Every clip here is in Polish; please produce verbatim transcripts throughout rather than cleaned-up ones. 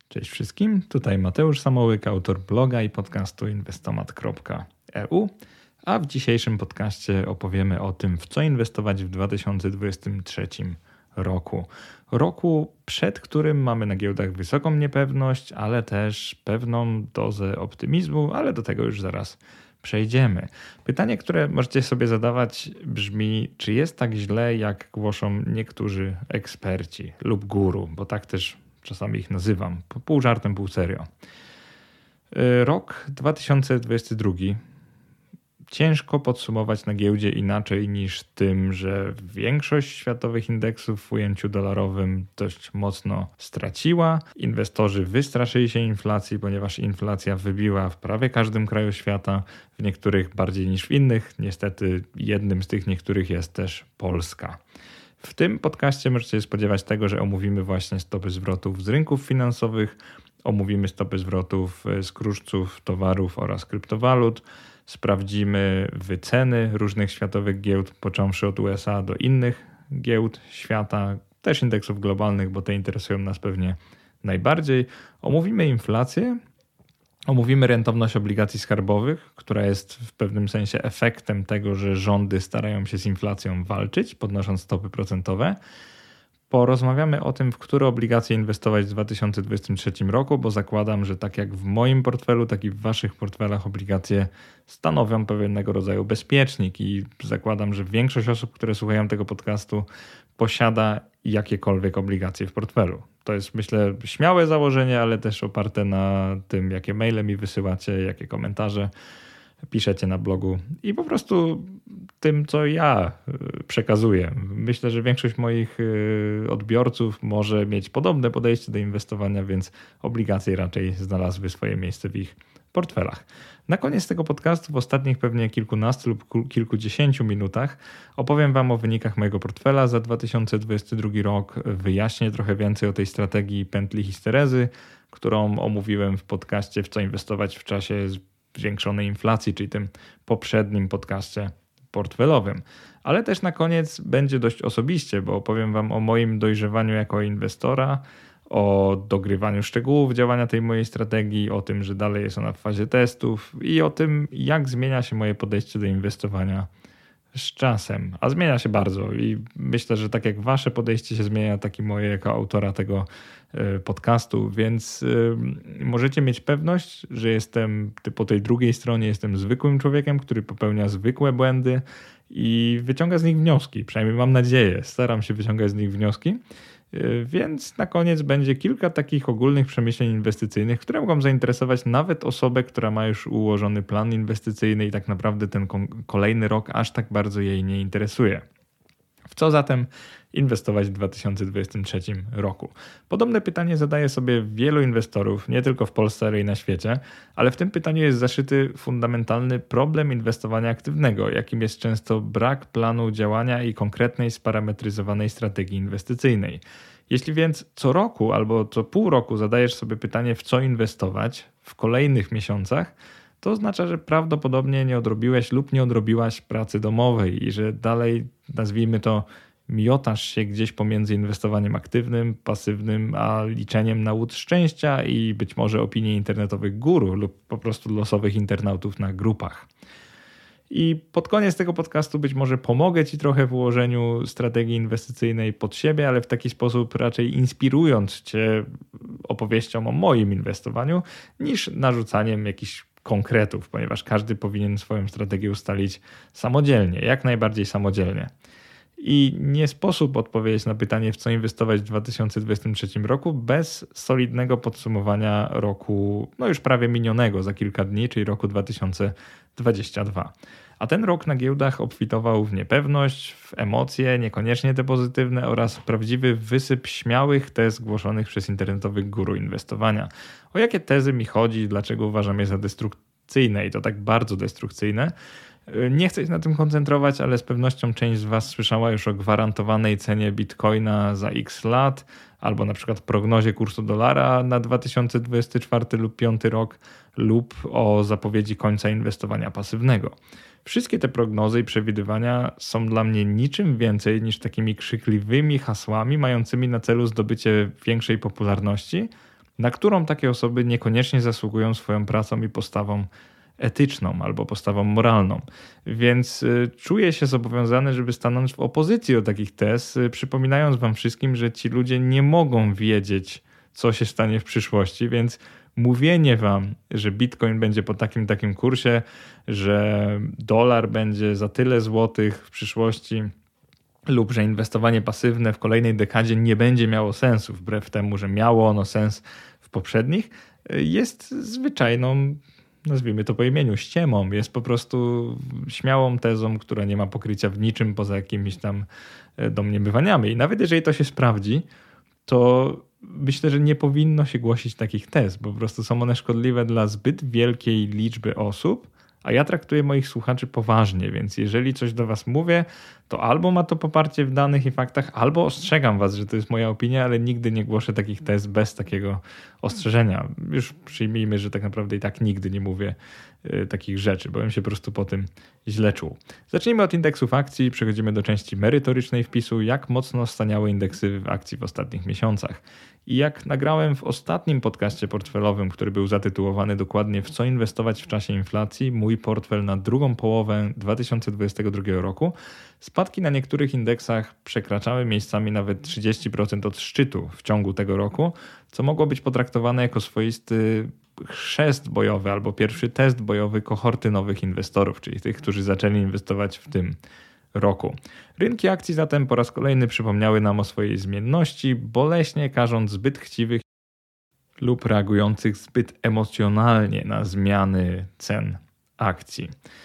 Cześć wszystkim, tutaj Mateusz Samołyk, autor bloga i podcastu inwestomat kropka e u, a w dzisiejszym podcaście opowiemy o tym, w co inwestować w dwa tysiące dwudziestym trzecim roku. Roku, przed którym mamy na giełdach wysoką niepewność, ale też pewną dozę optymizmu, ale do tego już zaraz przejdziemy. Pytanie, które możecie sobie zadawać brzmi, czy jest tak źle, jak głoszą niektórzy eksperci lub guru, bo tak też czasami ich nazywam, pół żartem, pół serio. Rok dwa tysiące dwudziesty drugi ciężko podsumować na giełdzie inaczej niż tym, że większość światowych indeksów w ujęciu dolarowym dość mocno straciła. Inwestorzy wystraszyli się inflacji, ponieważ inflacja wybiła w prawie każdym kraju świata, w niektórych bardziej niż w innych. Niestety jednym z tych niektórych jest też Polska. W tym podcaście możecie się spodziewać tego, że omówimy właśnie stopy zwrotów z rynków finansowych, omówimy stopy zwrotów z kruszców, towarów oraz kryptowalut, sprawdzimy wyceny różnych światowych giełd, począwszy od U S A do innych giełd świata, też indeksów globalnych, bo te interesują nas pewnie najbardziej. Omówimy inflację, omówimy rentowność obligacji skarbowych, która jest w pewnym sensie efektem tego, że rządy starają się z inflacją walczyć, podnosząc stopy procentowe. Porozmawiamy o tym, w które obligacje inwestować w dwa tysiące dwudziestym trzecim roku, bo zakładam, że tak jak w moim portfelu, tak i w waszych portfelach obligacje stanowią pewnego rodzaju bezpiecznik i zakładam, że większość osób, które słuchają tego podcastu, posiada jakiekolwiek obligacje w portfelu. To jest, myślę, śmiałe założenie, ale też oparte na tym, jakie maile mi wysyłacie, jakie komentarze piszecie na blogu i po prostu tym, co ja przekazuję. Myślę, że większość moich odbiorców może mieć podobne podejście do inwestowania, więc obligacje raczej znalazły swoje miejsce w ich portfelach. Na koniec tego podcastu, w ostatnich pewnie kilkunastu lub kilkudziesięciu minutach, opowiem wam o wynikach mojego portfela za dwa tysiące dwudziesty drugi rok, wyjaśnię trochę więcej o tej strategii pętli histerezy, którą omówiłem w podcaście W co inwestować w czasie zwiększonej inflacji, czyli tym poprzednim podcaście portfelowym. Ale też na koniec będzie dość osobiście, bo opowiem wam o moim dojrzewaniu jako inwestora, o dogrywaniu szczegółów działania tej mojej strategii, o tym, że dalej jest ona w fazie testów i o tym, jak zmienia się moje podejście do inwestowania z czasem. A zmienia się bardzo i myślę, że tak jak wasze podejście się zmienia, tak i moje jako autora tego podcastu, więc możecie mieć pewność, że jestem po tej drugiej stronie, jestem zwykłym człowiekiem, który popełnia zwykłe błędy i wyciąga z nich wnioski. Przynajmniej mam nadzieję, staram się wyciągać z nich wnioski. Więc na koniec będzie kilka takich ogólnych przemyśleń inwestycyjnych, które mogą zainteresować nawet osobę, która ma już ułożony plan inwestycyjny i tak naprawdę ten kolejny rok aż tak bardzo jej nie interesuje. W co zatem inwestować w dwa tysiące dwudziestym trzecim roku? Podobne pytanie zadaje sobie wielu inwestorów, nie tylko w Polsce, ale i na świecie, ale w tym pytaniu jest zaszyty fundamentalny problem inwestowania aktywnego, jakim jest często brak planu działania i konkretnej, sparametryzowanej strategii inwestycyjnej. Jeśli więc co roku albo co pół roku zadajesz sobie pytanie, w co inwestować w kolejnych miesiącach, to oznacza, że prawdopodobnie nie odrobiłeś lub nie odrobiłaś pracy domowej i że dalej, nazwijmy to, miotasz się gdzieś pomiędzy inwestowaniem aktywnym, pasywnym, a liczeniem na łód szczęścia i być może opinii internetowych guru lub po prostu losowych internautów na grupach. I pod koniec tego podcastu być może pomogę ci trochę w ułożeniu strategii inwestycyjnej pod siebie, ale w taki sposób raczej inspirując cię opowieścią o moim inwestowaniu, niż narzucaniem jakichś konkretów, ponieważ każdy powinien swoją strategię ustalić samodzielnie, jak najbardziej samodzielnie. I nie sposób odpowiedzieć na pytanie, w co inwestować w dwa tysiące dwudziestym trzecim roku bez solidnego podsumowania roku, no już prawie minionego za kilka dni, czyli roku dwa tysiące dwudziestego drugiego. A ten rok na giełdach obfitował w niepewność, w emocje, niekoniecznie te pozytywne oraz prawdziwy wysyp śmiałych tez głoszonych przez internetowych guru inwestowania. O jakie tezy mi chodzi, dlaczego uważam je za destrukcyjne i to tak bardzo destrukcyjne? Nie chcę się na tym koncentrować, ale z pewnością część z was słyszała już o gwarantowanej cenie bitcoina za x lat, albo na przykład prognozie kursu dolara na dwa tysiące dwudziesty czwarty lub piąty rok, lub o zapowiedzi końca inwestowania pasywnego. Wszystkie te prognozy i przewidywania są dla mnie niczym więcej niż takimi krzykliwymi hasłami mającymi na celu zdobycie większej popularności, na którą takie osoby niekoniecznie zasługują swoją pracą i postawą etyczną albo postawą moralną. Więc y, czuję się zobowiązany, żeby stanąć w opozycji do takich tez, y, przypominając wam wszystkim, że ci ludzie nie mogą wiedzieć, co się stanie w przyszłości, więc mówienie wam, że Bitcoin będzie po takim takim kursie, że dolar będzie za tyle złotych w przyszłości lub że inwestowanie pasywne w kolejnej dekadzie nie będzie miało sensu, wbrew temu, że miało ono sens w poprzednich, jest zwyczajną, nazwijmy to po imieniu, ściemą. Jest po prostu śmiałą tezą, która nie ma pokrycia w niczym poza jakimiś tam domniemywaniami. I nawet jeżeli to się sprawdzi, to myślę, że nie powinno się głosić takich tez, bo po prostu są one szkodliwe dla zbyt wielkiej liczby osób, a ja traktuję moich słuchaczy poważnie, więc jeżeli coś do was mówię, to albo ma to poparcie w danych i faktach, albo ostrzegam was, że to jest moja opinia, ale nigdy nie głoszę takich tez bez takiego ostrzeżenia. Już przyjmijmy, że tak naprawdę i tak nigdy nie mówię y, takich rzeczy, bo bym się po prostu po tym źle czuł. Zacznijmy od indeksów akcji, przechodzimy do części merytorycznej wpisu, jak mocno staniały indeksy akcji w ostatnich miesiącach. I jak nagrałem w ostatnim podcaście portfelowym, który był zatytułowany dokładnie w co inwestować w czasie inflacji, mój portfel na drugą połowę dwa tysiące dwudziestego drugiego roku, spadki na niektórych indeksach przekraczały miejscami nawet trzydzieści procent od szczytu w ciągu tego roku, co mogło być potraktowane jako swoisty chrzest bojowy albo pierwszy test bojowy kohorty nowych inwestorów, czyli tych, którzy zaczęli inwestować w tym roku. Rynki akcji zatem po raz kolejny przypomniały nam o swojej zmienności, boleśnie karząc zbyt chciwych lub reagujących zbyt emocjonalnie na zmiany cen akcji.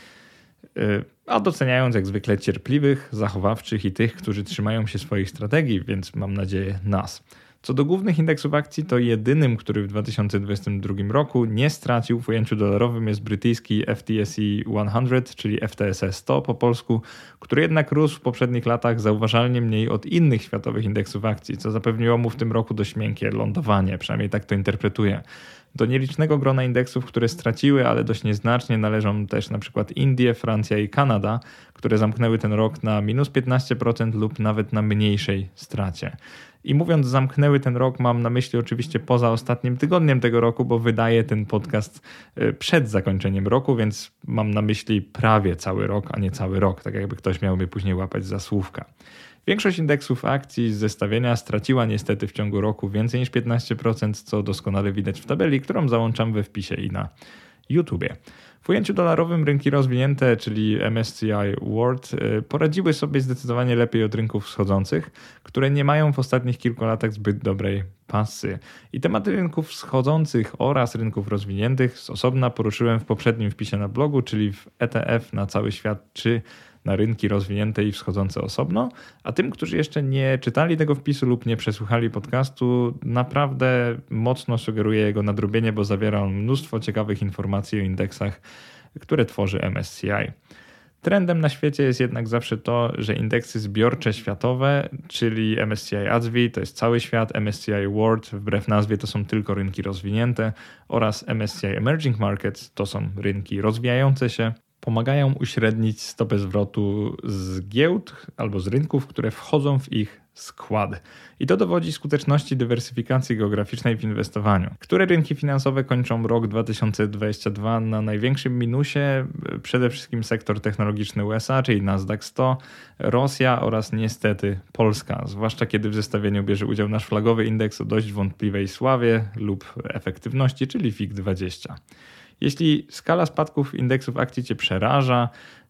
A doceniając jak zwykle cierpliwych, zachowawczych i tych, którzy trzymają się swoich strategii, więc mam nadzieję nas. Co do głównych indeksów akcji, to jedynym, który w dwa tysiące dwudziestym drugim roku nie stracił w ujęciu dolarowym jest brytyjski F T S E sto, czyli F T S E sto po polsku, który jednak rósł w poprzednich latach zauważalnie mniej od innych światowych indeksów akcji, co zapewniło mu w tym roku dość miękkie lądowanie, przynajmniej tak to interpretuję. Do nielicznego grona indeksów, które straciły, ale dość nieznacznie, należą też na przykład Indie, Francja i Kanada, które zamknęły ten rok na minus piętnaście procent lub nawet na mniejszej stracie. I mówiąc zamknęły ten rok, mam na myśli oczywiście poza ostatnim tygodniem tego roku, bo wydaję ten podcast przed zakończeniem roku, więc mam na myśli prawie cały rok, a nie cały rok, tak jakby ktoś miał mnie później łapać za słówka. Większość indeksów akcji z zestawienia straciła niestety w ciągu roku więcej niż piętnaście procent, co doskonale widać w tabeli, którą załączam we wpisie i na YouTubie. W ujęciu dolarowym rynki rozwinięte, czyli M S C I World, poradziły sobie zdecydowanie lepiej od rynków wschodzących, które nie mają w ostatnich kilku latach zbyt dobrej pasy. I tematy rynków wschodzących oraz rynków rozwiniętych z osobna poruszyłem w poprzednim wpisie na blogu, czyli w E T F na cały świat czy na rynki rozwinięte i wschodzące osobno, a tym, którzy jeszcze nie czytali tego wpisu lub nie przesłuchali podcastu, naprawdę mocno sugeruję jego nadrobienie, bo zawiera on mnóstwo ciekawych informacji o indeksach, które tworzy M S C I. Trendem na świecie jest jednak zawsze to, że indeksy zbiorcze światowe, czyli M S C I A D S V I, to jest cały świat, M S C I World, wbrew nazwie to są tylko rynki rozwinięte, oraz M S C I Emerging Markets, to są rynki rozwijające się, pomagają uśrednić stopę zwrotu z giełd albo z rynków, które wchodzą w ich skład. I to dowodzi skuteczności dywersyfikacji geograficznej w inwestowaniu. Które rynki finansowe kończą rok dwa tysiące dwudziesty drugi na największym minusie? Przede wszystkim sektor technologiczny U S A, czyli Nasdaq sto, Rosja oraz niestety Polska, zwłaszcza kiedy w zestawieniu bierze udział nasz flagowy indeks o dość wątpliwej sławie lub efektywności, czyli F I G dwadzieścia. Jeśli skala spadków indeksów akcji Cię przeraża,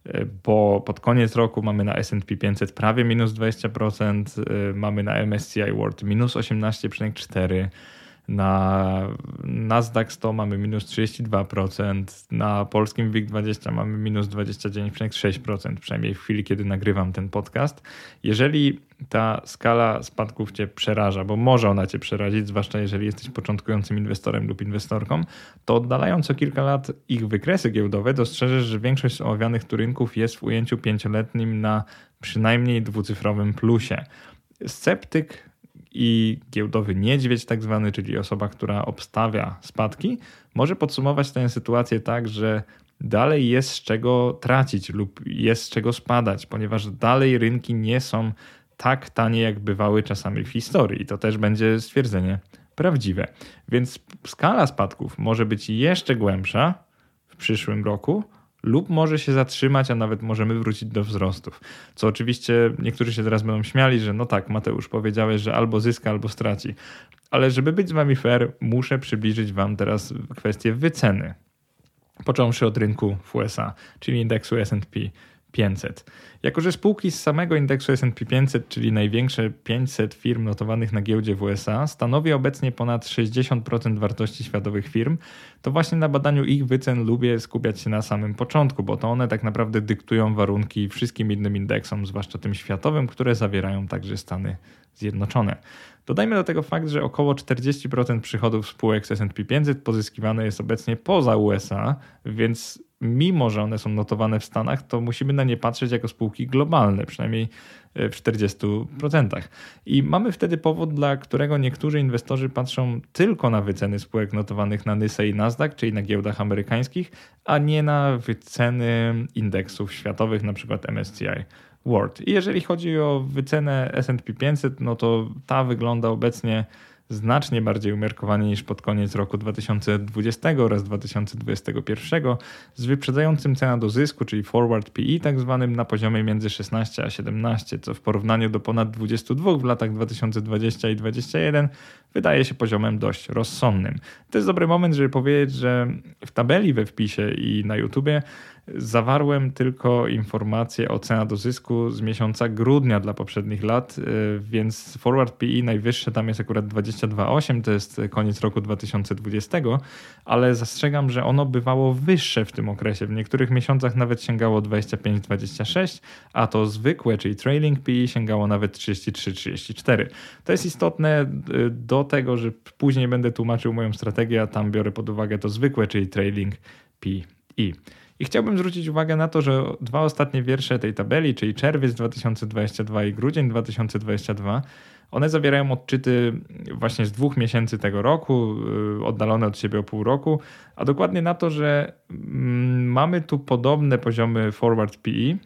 bo pod koniec roku mamy na S and P pięćset prawie minus dwadzieścia procent, mamy na M S C I World minus osiemnaście przecinek cztery procent, na Nasdaq sto mamy minus trzydzieści dwa procent, na polskim W I G dwadzieścia mamy minus dwadzieścia dziewięć przecinek sześć procent, przynajmniej w chwili, kiedy nagrywam ten podcast. Jeżeli ta skala spadków Cię przeraża, bo może ona Cię przerazić, zwłaszcza jeżeli jesteś początkującym inwestorem lub inwestorką, to oddalając o kilka lat ich wykresy giełdowe, dostrzeżesz, że większość omawianych tu rynków jest w ujęciu pięcioletnim na przynajmniej dwucyfrowym plusie. Sceptyk i giełdowy niedźwiedź tak zwany, czyli osoba, która obstawia spadki, może podsumować tę sytuację tak, że dalej jest z czego tracić lub jest z czego spadać, ponieważ dalej rynki nie są tak tanie, jak bywały czasami w historii. I to też będzie stwierdzenie prawdziwe. Więc skala spadków może być jeszcze głębsza w przyszłym roku, lub może się zatrzymać, a nawet możemy wrócić do wzrostów. Co oczywiście niektórzy się teraz będą śmiali, że no tak, Mateusz, powiedziałeś, że albo zyska, albo straci. Ale żeby być z wami fair, muszę przybliżyć wam teraz kwestię wyceny. Począwszy od rynku w U S A, czyli indeksu S and P pięćset. Jako że spółki z samego indeksu S and P pięćset, czyli największe pięćset firm notowanych na giełdzie w U S A, stanowi obecnie ponad sześćdziesiąt procent wartości światowych firm, to właśnie na badaniu ich wycen lubię skupiać się na samym początku, bo to one tak naprawdę dyktują warunki wszystkim innym indeksom, zwłaszcza tym światowym, które zawierają także Stany Zjednoczone. Dodajmy do tego fakt, że około czterdzieści procent przychodów spółek z S and P pięćset pozyskiwane jest obecnie poza U S A, więc mimo że one są notowane w Stanach, to musimy na nie patrzeć jako spółki globalne, przynajmniej w czterdziestu procentach. I mamy wtedy powód, dla którego niektórzy inwestorzy patrzą tylko na wyceny spółek notowanych na Nysę i Nasdaq, czyli na giełdach amerykańskich, a nie na wyceny indeksów światowych, na przykład M S C I World. I jeżeli chodzi o wycenę S and P pięćset, no to ta wygląda obecnie znacznie bardziej umiarkowanie niż pod koniec roku dwa tysiące dwudziestego oraz dwa tysiące dwudziestego pierwszego z wyprzedzającym cena do zysku, czyli forward P E tak zwanym, na poziomie między szesnaście a siedemnaście, co w porównaniu do ponad dwudziestu dwóch w latach dwa tysiące dwudziestym i dwa tysiące dwudziestym pierwszym wydaje się poziomem dość rozsądnym. To jest dobry moment, żeby powiedzieć, że w tabeli we wpisie i na YouTubie zawarłem tylko informacje o cena do zysku z miesiąca grudnia dla poprzednich lat, więc forward P E najwyższe tam jest akurat dwadzieścia dwa przecinek osiem, to jest koniec roku dwa tysiące dwudziestego, ale zastrzegam, że ono bywało wyższe w tym okresie. W niektórych miesiącach nawet sięgało dwadzieścia pięć dwadzieścia sześć, a to zwykłe, czyli trailing P E sięgało nawet trzydzieści trzy trzydzieści cztery. To jest istotne do tego, że później będę tłumaczył moją strategię, a tam biorę pod uwagę to zwykłe, czyli trailing P E. I chciałbym zwrócić uwagę na to, że dwa ostatnie wiersze tej tabeli, czyli czerwiec dwa tysiące dwudziesty drugi i grudzień dwa tysiące dwudziesty drugi, one zawierają odczyty właśnie z dwóch miesięcy tego roku, oddalone od siebie o pół roku, a dokładnie na to, że mamy tu podobne poziomy forward P E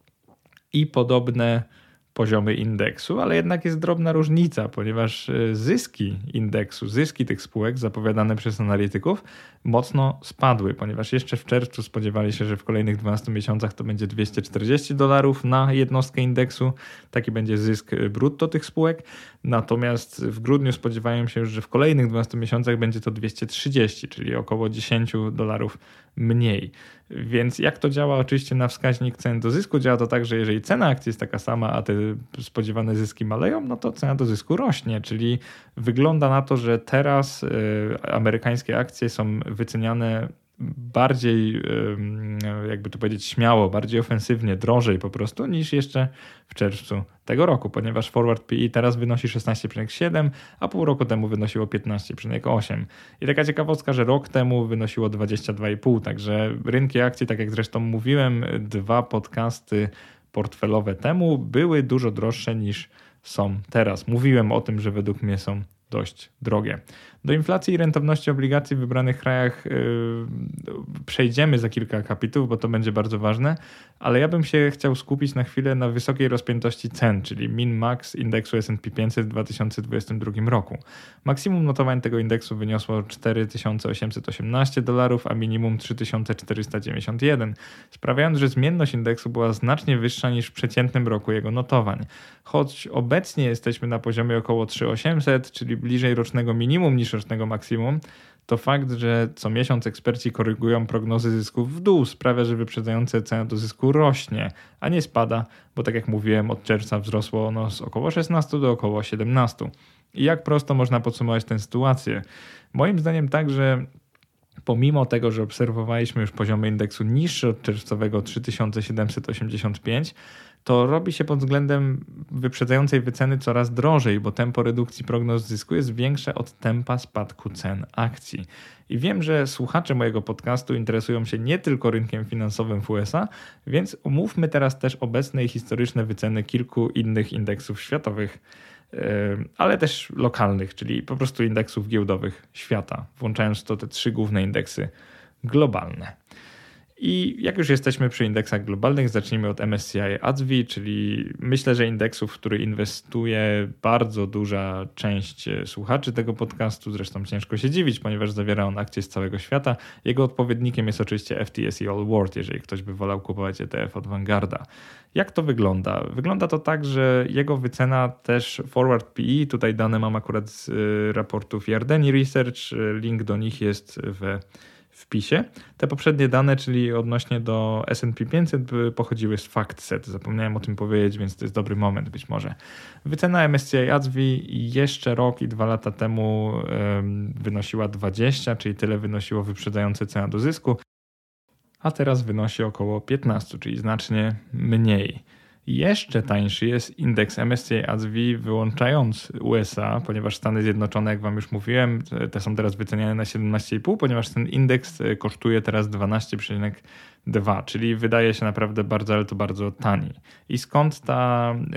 i podobne poziomy indeksu, ale jednak jest drobna różnica, ponieważ zyski indeksu, zyski tych spółek zapowiadane przez analityków mocno spadły, ponieważ jeszcze w czerwcu spodziewali się, że w kolejnych dwunastu miesiącach to będzie dwieście czterdzieści dolarów na jednostkę indeksu. Taki będzie zysk brutto tych spółek. Natomiast w grudniu spodziewają się już, że w kolejnych dwunastu miesiącach będzie to dwieście trzydzieści, czyli około dziesięć dolarów mniej. Więc jak to działa oczywiście na wskaźnik cen do zysku? Działa to tak, że jeżeli cena akcji jest taka sama, a te spodziewane zyski maleją, no to cena do zysku rośnie, czyli wygląda na to, że teraz y, amerykańskie akcje są wyceniane bardziej, jakby to powiedzieć, śmiało, bardziej ofensywnie, drożej po prostu niż jeszcze w czerwcu tego roku, ponieważ forward P E teraz wynosi szesnaście przecinek siedem, a pół roku temu wynosiło piętnaście przecinek osiem. I taka ciekawostka, że rok temu wynosiło dwadzieścia dwa przecinek pięć, także rynki akcji, tak jak zresztą mówiłem, dwa podcasty portfelowe temu były dużo droższe niż są teraz. Mówiłem o tym, że według mnie są dość drogie. Do inflacji i rentowności obligacji w wybranych krajach yy, przejdziemy za kilka kapitułów, bo to będzie bardzo ważne, ale ja bym się chciał skupić na chwilę na wysokiej rozpiętości cen, czyli min-max indeksu S and P pięćset w dwa tysiące dwudziestym drugim roku. Maksimum notowań tego indeksu wyniosło cztery tysiące osiemset osiemnaście dolarów, a minimum trzy tysiące czterysta dziewięćdziesiąt jeden, sprawiając, że zmienność indeksu była znacznie wyższa niż w przeciętnym roku jego notowań. Choć obecnie jesteśmy na poziomie około trzy tysiące osiemset, czyli bliżej rocznego minimum niż rocznego maksimum, to fakt, że co miesiąc eksperci korygują prognozy zysków w dół, sprawia, że wyprzedzające cena do zysku rośnie, a nie spada, bo tak jak mówiłem, od czerwca wzrosło ono z około szesnastu do około siedemnastu. I jak prosto można podsumować tę sytuację? Moim zdaniem tak, że pomimo tego, że obserwowaliśmy już poziomy indeksu niższe od czerwcowego trzy tysiące siedemset osiemdziesiąt pięć, to robi się pod względem wyprzedzającej wyceny coraz drożej, bo tempo redukcji prognoz zysku jest większe od tempa spadku cen akcji. I wiem, że słuchacze mojego podcastu interesują się nie tylko rynkiem finansowym w U S A, więc omówmy teraz też obecne i historyczne wyceny kilku innych indeksów światowych, ale też lokalnych, czyli po prostu indeksów giełdowych świata, włączając w to te trzy główne indeksy globalne. I jak już jesteśmy przy indeksach globalnych, zacznijmy od M S C I A D S V, czyli myślę, że indeksów, w który inwestuje bardzo duża część słuchaczy tego podcastu. Zresztą ciężko się dziwić, ponieważ zawiera on akcje z całego świata. Jego odpowiednikiem jest oczywiście F T S E All World, jeżeli ktoś by wolał kupować E T F od Vanguarda. Jak to wygląda? Wygląda to tak, że jego wycena też forward P E, tutaj dane mam akurat z raportów Yardeni Research, link do nich jest w wpisie. Te poprzednie dane, czyli odnośnie do S and P pięćset, pochodziły z FactSet. Zapomniałem o tym powiedzieć, więc to jest dobry moment być może. Wycena M S C I A D S V jeszcze rok i dwa lata temu um, wynosiła dwadzieścia, czyli tyle wynosiło wyprzedzające cena do zysku, a teraz wynosi około piętnaście, czyli znacznie mniej. Jeszcze tańszy jest indeks M S C I A D S V wyłączając U S A, ponieważ Stany Zjednoczone, jak wam już mówiłem, te są teraz wyceniane na siedemnaście i pół, ponieważ ten indeks kosztuje teraz dwanaście przecinek dwa, czyli wydaje się naprawdę bardzo, ale to bardzo tani. I skąd ta yy,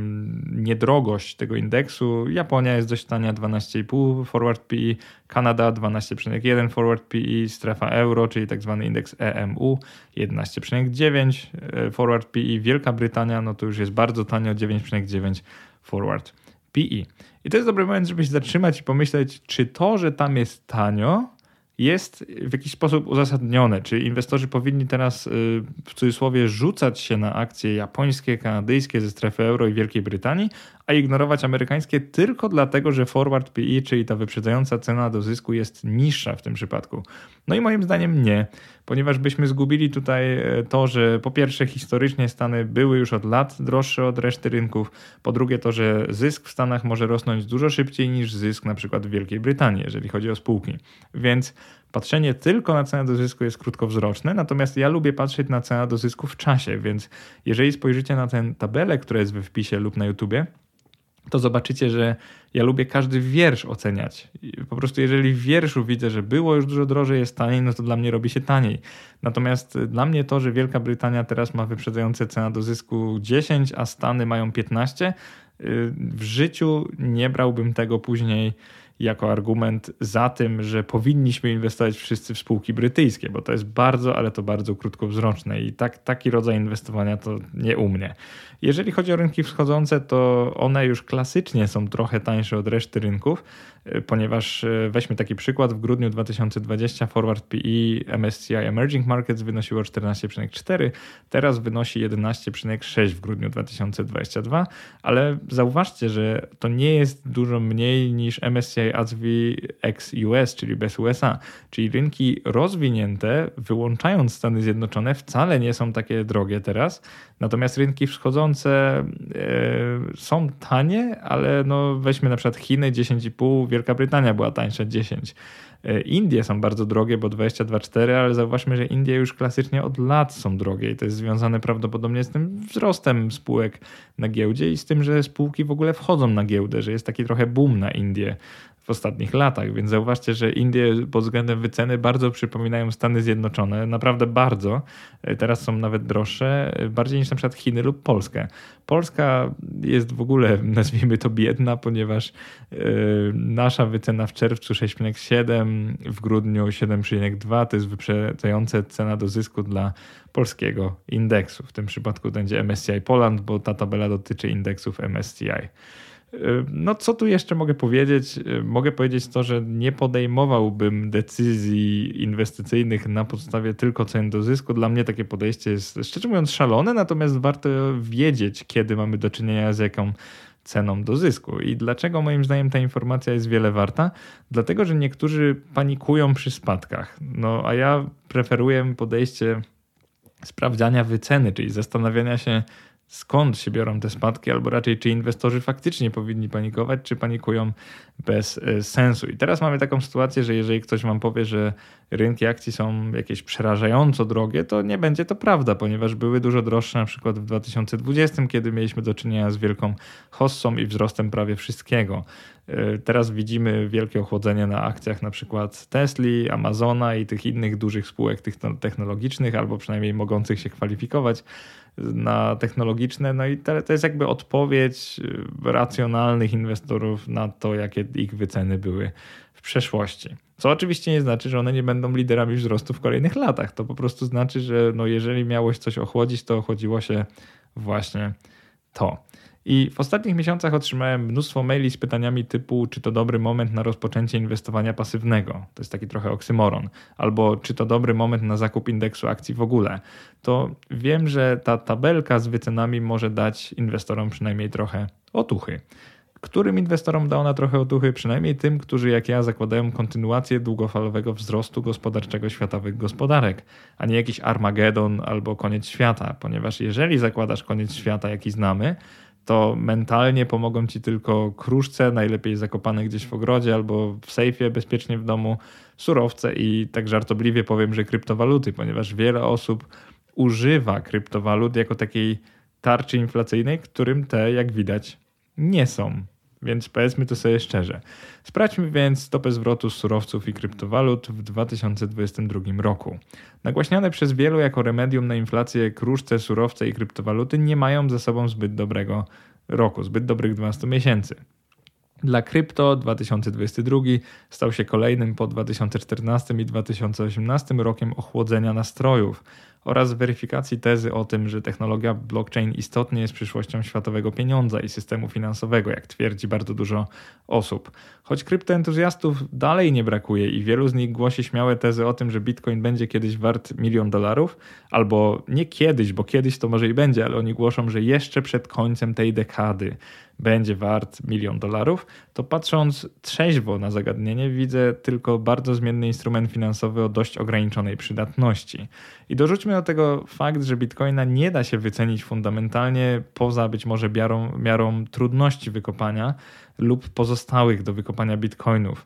niedrogość tego indeksu? Japonia jest dość tania, dwanaście i pół forward P E, Kanada dwanaście przecinek jeden forward P E, strefa euro, czyli tak zwany indeks E M U jedenaście przecinek dziewięć forward P E, Wielka Brytania, no to już jest bardzo tanio, dziewięć przecinek dziewięć forward P E. I to jest dobry moment, żeby się zatrzymać i pomyśleć, czy to, że tam jest tanio, jest w jakiś sposób uzasadnione. Czy inwestorzy powinni teraz w cudzysłowie rzucać się na akcje japońskie, kanadyjskie ze strefy euro i Wielkiej Brytanii, a ignorować amerykańskie tylko dlatego, że forward P E, czyli ta wyprzedzająca cena do zysku jest niższa w tym przypadku? No i moim zdaniem nie, ponieważ byśmy zgubili tutaj to, że po pierwsze historycznie Stany były już od lat droższe od reszty rynków, po drugie to, że zysk w Stanach może rosnąć dużo szybciej niż zysk na przykład w Wielkiej Brytanii, jeżeli chodzi o spółki. Więc patrzenie tylko na cenę do zysku jest krótkowzroczne, natomiast ja lubię patrzeć na cenę do zysku w czasie, więc jeżeli spojrzycie na tę tabelę, która jest we wpisie lub na YouTubie, to zobaczycie, że ja lubię każdy wiersz oceniać. Po prostu jeżeli w wierszu widzę, że było już dużo drożej, jest taniej, no to dla mnie robi się taniej. Natomiast dla mnie to, że Wielka Brytania teraz ma wyprzedzające cena do zysku dziesięć, a Stany mają piętnaście, w życiu nie brałbym tego później jako argument za tym, że powinniśmy inwestować wszyscy w spółki brytyjskie, bo to jest bardzo, ale to bardzo krótkowzroczne i tak, taki rodzaj inwestowania to nie u mnie. Jeżeli chodzi o rynki wschodzące, to one już klasycznie są trochę tańsze od reszty rynków, ponieważ weźmy taki przykład, w grudniu dwa tysiące dwudziestym forward P E M S C I Emerging Markets wynosiło czternaście przecinek cztery, teraz wynosi jedenaście przecinek sześć w grudniu dwa tysiące dwudziestym drugim, ale zauważcie, że to nie jest dużo mniej niż M S C I A D S V ex U S, czyli bez U S A, czyli rynki rozwinięte, wyłączając Stany Zjednoczone, wcale nie są takie drogie teraz, natomiast rynki wschodzące e, są tanie, ale no weźmy na przykład Chiny dziesięć i pół, Wielka Brytania była tańsza dziesięć. Indie są bardzo drogie, bo dwadzieścia dwa przecinek cztery, ale zauważmy, że Indie już klasycznie od lat są drogie i to jest związane prawdopodobnie z tym wzrostem spółek na giełdzie i z tym, że spółki w ogóle wchodzą na giełdę, że jest taki trochę boom na Indie w ostatnich latach, więc zauważcie, że Indie pod względem wyceny bardzo przypominają Stany Zjednoczone, naprawdę bardzo. Teraz są nawet droższe, bardziej niż na przykład Chiny lub Polskę. Polska jest w ogóle, nazwijmy to biedna, ponieważ yy, nasza wycena w czerwcu sześć przecinek siedem, w grudniu siedem przecinek dwa, to jest wyprzedzające cena do zysku dla polskiego indeksu. W tym przypadku będzie M S C I Poland, bo ta tabela dotyczy indeksów M S C I. No co tu jeszcze mogę powiedzieć? Mogę powiedzieć to, że nie podejmowałbym decyzji inwestycyjnych na podstawie tylko cen do zysku. Dla mnie takie podejście jest szczerze mówiąc szalone, natomiast warto wiedzieć, kiedy mamy do czynienia z jaką ceną do zysku. I dlaczego moim zdaniem ta informacja jest wiele warta? Dlatego, że niektórzy panikują przy spadkach. No a ja preferuję podejście sprawdzania wyceny, czyli zastanawiania się, skąd się biorą te spadki, albo raczej czy inwestorzy faktycznie powinni panikować, czy panikują bez sensu. I teraz mamy taką sytuację, że jeżeli ktoś wam powie, że rynki akcji są jakieś przerażająco drogie, to nie będzie to prawda, ponieważ były dużo droższe na przykład w dwa tysiące dwudziestym, kiedy mieliśmy do czynienia z wielką hossą i wzrostem prawie wszystkiego. Teraz widzimy wielkie ochłodzenie na akcjach na przykład Tesli, Amazona i tych innych dużych spółek technologicznych, albo przynajmniej mogących się kwalifikować na technologiczne. No i to jest jakby odpowiedź racjonalnych inwestorów na to, jakie ich wyceny były w przeszłości. Co oczywiście nie znaczy, że one nie będą liderami wzrostu w kolejnych latach. To po prostu znaczy, że no jeżeli miało się coś ochłodzić, to ochłodziło się właśnie to. I w ostatnich miesiącach otrzymałem mnóstwo maili z pytaniami typu, czy to dobry moment na rozpoczęcie inwestowania pasywnego. To jest taki trochę oksymoron. Albo czy to dobry moment na zakup indeksu akcji w ogóle. To wiem, że ta tabelka z wycenami może dać inwestorom przynajmniej trochę otuchy. Którym inwestorom da ona trochę otuchy? Przynajmniej tym, którzy jak ja zakładają kontynuację długofalowego wzrostu gospodarczego światowych gospodarek, a nie jakiś Armagedon albo koniec świata, ponieważ jeżeli zakładasz koniec świata, jaki znamy, to mentalnie pomogą ci tylko kruszce, najlepiej zakopane gdzieś w ogrodzie albo w sejfie bezpiecznie w domu, surowce i tak żartobliwie powiem, że kryptowaluty, ponieważ wiele osób używa kryptowalut jako takiej tarczy inflacyjnej, którym te, jak widać, nie są. Więc powiedzmy to sobie szczerze. Sprawdźmy więc stopę zwrotu z surowców i kryptowalut w dwa tysiące dwudziestym drugim roku. Nagłaśniane przez wielu jako remedium na inflację kruszce, surowce i kryptowaluty nie mają ze sobą zbyt dobrego roku, zbyt dobrych dwunastu miesięcy. Dla krypto dwa tysiące dwudziesty drugi stał się kolejnym po dwa tysiące czternastym i dwa tysiące osiemnastym rokiem ochłodzenia nastrojów oraz weryfikacji tezy o tym, że technologia blockchain istotnie jest przyszłością światowego pieniądza i systemu finansowego, jak twierdzi bardzo dużo osób. Choć kryptoentuzjastów dalej nie brakuje i wielu z nich głosi śmiałe tezy o tym, że Bitcoin będzie kiedyś wart milion dolarów, albo nie kiedyś, bo kiedyś to może i będzie, ale oni głoszą, że jeszcze przed końcem tej dekady będzie wart milion dolarów, to patrząc trzeźwo na zagadnienie widzę tylko bardzo zmienny instrument finansowy o dość ograniczonej przydatności. I dorzućmy do tego fakt, że Bitcoina nie da się wycenić fundamentalnie poza być może miarą, miarą trudności wykopania lub pozostałych do wykopania bitcoinów.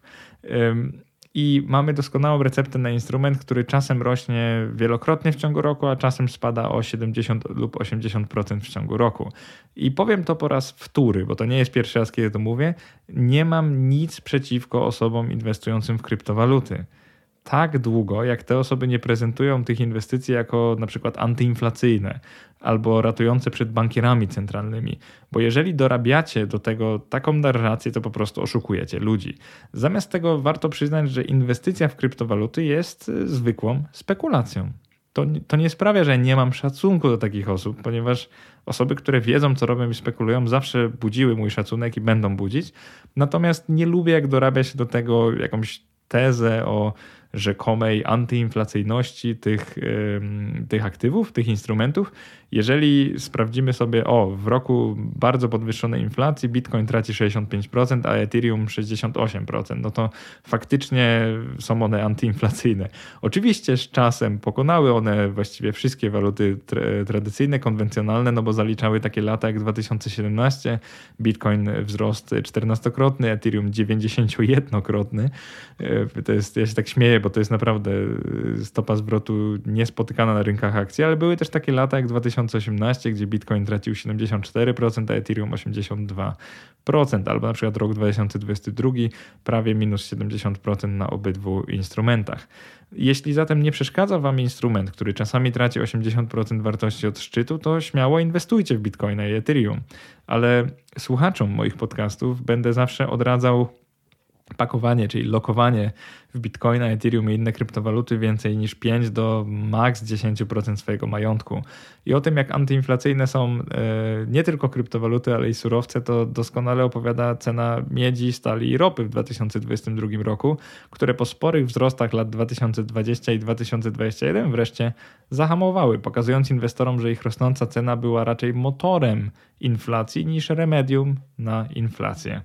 I mamy doskonałą receptę na instrument, który czasem rośnie wielokrotnie w ciągu roku, a czasem spada o siedemdziesiąt lub osiemdziesiąt procent w ciągu roku. I powiem to po raz wtóry, bo to nie jest pierwszy raz, kiedy to mówię. Nie mam nic przeciwko osobom inwestującym w kryptowaluty. Tak długo, jak te osoby nie prezentują tych inwestycji jako na przykład antyinflacyjne albo ratujące przed bankierami centralnymi. Bo jeżeli dorabiacie do tego taką narrację, to po prostu oszukujecie ludzi. Zamiast tego warto przyznać, że inwestycja w kryptowaluty jest zwykłą spekulacją. To, to nie sprawia, że nie mam szacunku do takich osób, ponieważ osoby, które wiedzą, co robią i spekulują, zawsze budziły mój szacunek i będą budzić. Natomiast nie lubię, jak dorabia się do tego jakąś tezę o rzekomej antyinflacyjności tych, yy, tych aktywów, tych instrumentów. Jeżeli sprawdzimy sobie, o, w roku bardzo podwyższonej inflacji Bitcoin traci sześćdziesiąt pięć procent, a Ethereum sześćdziesiąt osiem procent, no to faktycznie są one antyinflacyjne. Oczywiście z czasem pokonały one właściwie wszystkie waluty tra- tradycyjne, konwencjonalne, no bo zaliczały takie lata jak dwa tysiące siedemnasty, Bitcoin wzrost czternastokrotny, Ethereum dziewięćdziesięciojednokrotny. Yy, to jest, ja się tak śmieję, bo to jest naprawdę stopa zwrotu niespotykana na rynkach akcji, ale były też takie lata jak dwa tysiące osiemnasty, gdzie Bitcoin tracił siedemdziesiąt cztery procent, a Ethereum osiemdziesiąt dwa procent, albo na przykład rok dwa tysiące dwudziesty drugi prawie minus siedemdziesiąt procent na obydwu instrumentach. Jeśli zatem nie przeszkadza Wam instrument, który czasami traci osiemdziesiąt procent wartości od szczytu, to śmiało inwestujcie w Bitcoina i Ethereum. Ale słuchaczom moich podcastów będę zawsze odradzał pakowanie, czyli lokowanie w Bitcoina, Ethereum i inne kryptowaluty więcej niż pięć do maks dziesięć procent swojego majątku. I o tym, jak antyinflacyjne są nie tylko kryptowaluty, ale i surowce, to doskonale opowiada cena miedzi, stali i ropy w dwa tysiące dwudziestym drugim roku, które po sporych wzrostach lat dwa tysiące dwudziestym i dwa tysiące dwudziestym pierwszym wreszcie zahamowały, pokazując inwestorom, że ich rosnąca cena była raczej motorem inflacji niż remedium na inflację.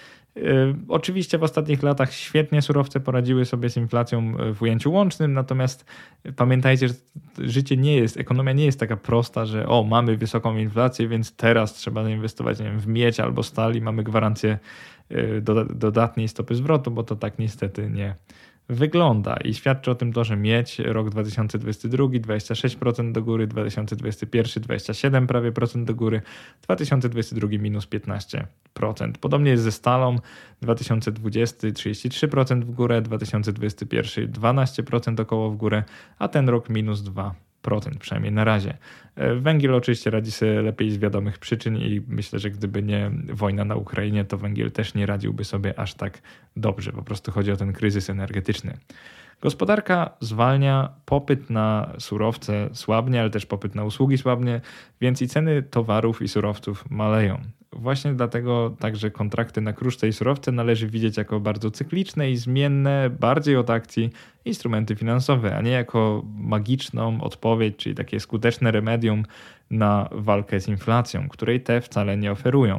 Yy, oczywiście w ostatnich latach świetnie surowce poradziły sobie z inflacją w ujęciu łącznym, natomiast pamiętajcie, że życie nie jest, ekonomia nie jest taka prosta, że o, mamy wysoką inflację, więc teraz trzeba zainwestować, nie wiem, w miedź albo stal i mamy gwarancję yy, do, dodatniej stopy zwrotu, bo to tak niestety nie wygląda. I świadczy o tym to, że miedź rok dwa tysiące dwudziesty drugi dwadzieścia sześć procent do góry, dwa tysiące dwudziesty pierwszy dwadzieścia siedem prawie procent do góry, dwa tysiące dwudziesty drugi minus piętnaście procent. Podobnie jest ze stalą, dwa tysiące dwudziesty trzydzieści trzy procent w górę, dwa tysiące dwudziesty pierwszy dwanaście procent około w górę, a ten rok minus dwa procent, przynajmniej na razie. Węgiel oczywiście radzi sobie lepiej z wiadomych przyczyn i myślę, że gdyby nie wojna na Ukrainie, to węgiel też nie radziłby sobie aż tak dobrze. Po prostu chodzi o ten kryzys energetyczny. Gospodarka zwalnia, popyt na surowce słabnie, ale też popyt na usługi słabnie, więc i ceny towarów i surowców maleją. Właśnie dlatego także kontrakty na kruszce i surowce należy widzieć jako bardzo cykliczne i zmienne, bardziej od akcji instrumenty finansowe, a nie jako magiczną odpowiedź, czyli takie skuteczne remedium na walkę z inflacją, której te wcale nie oferują.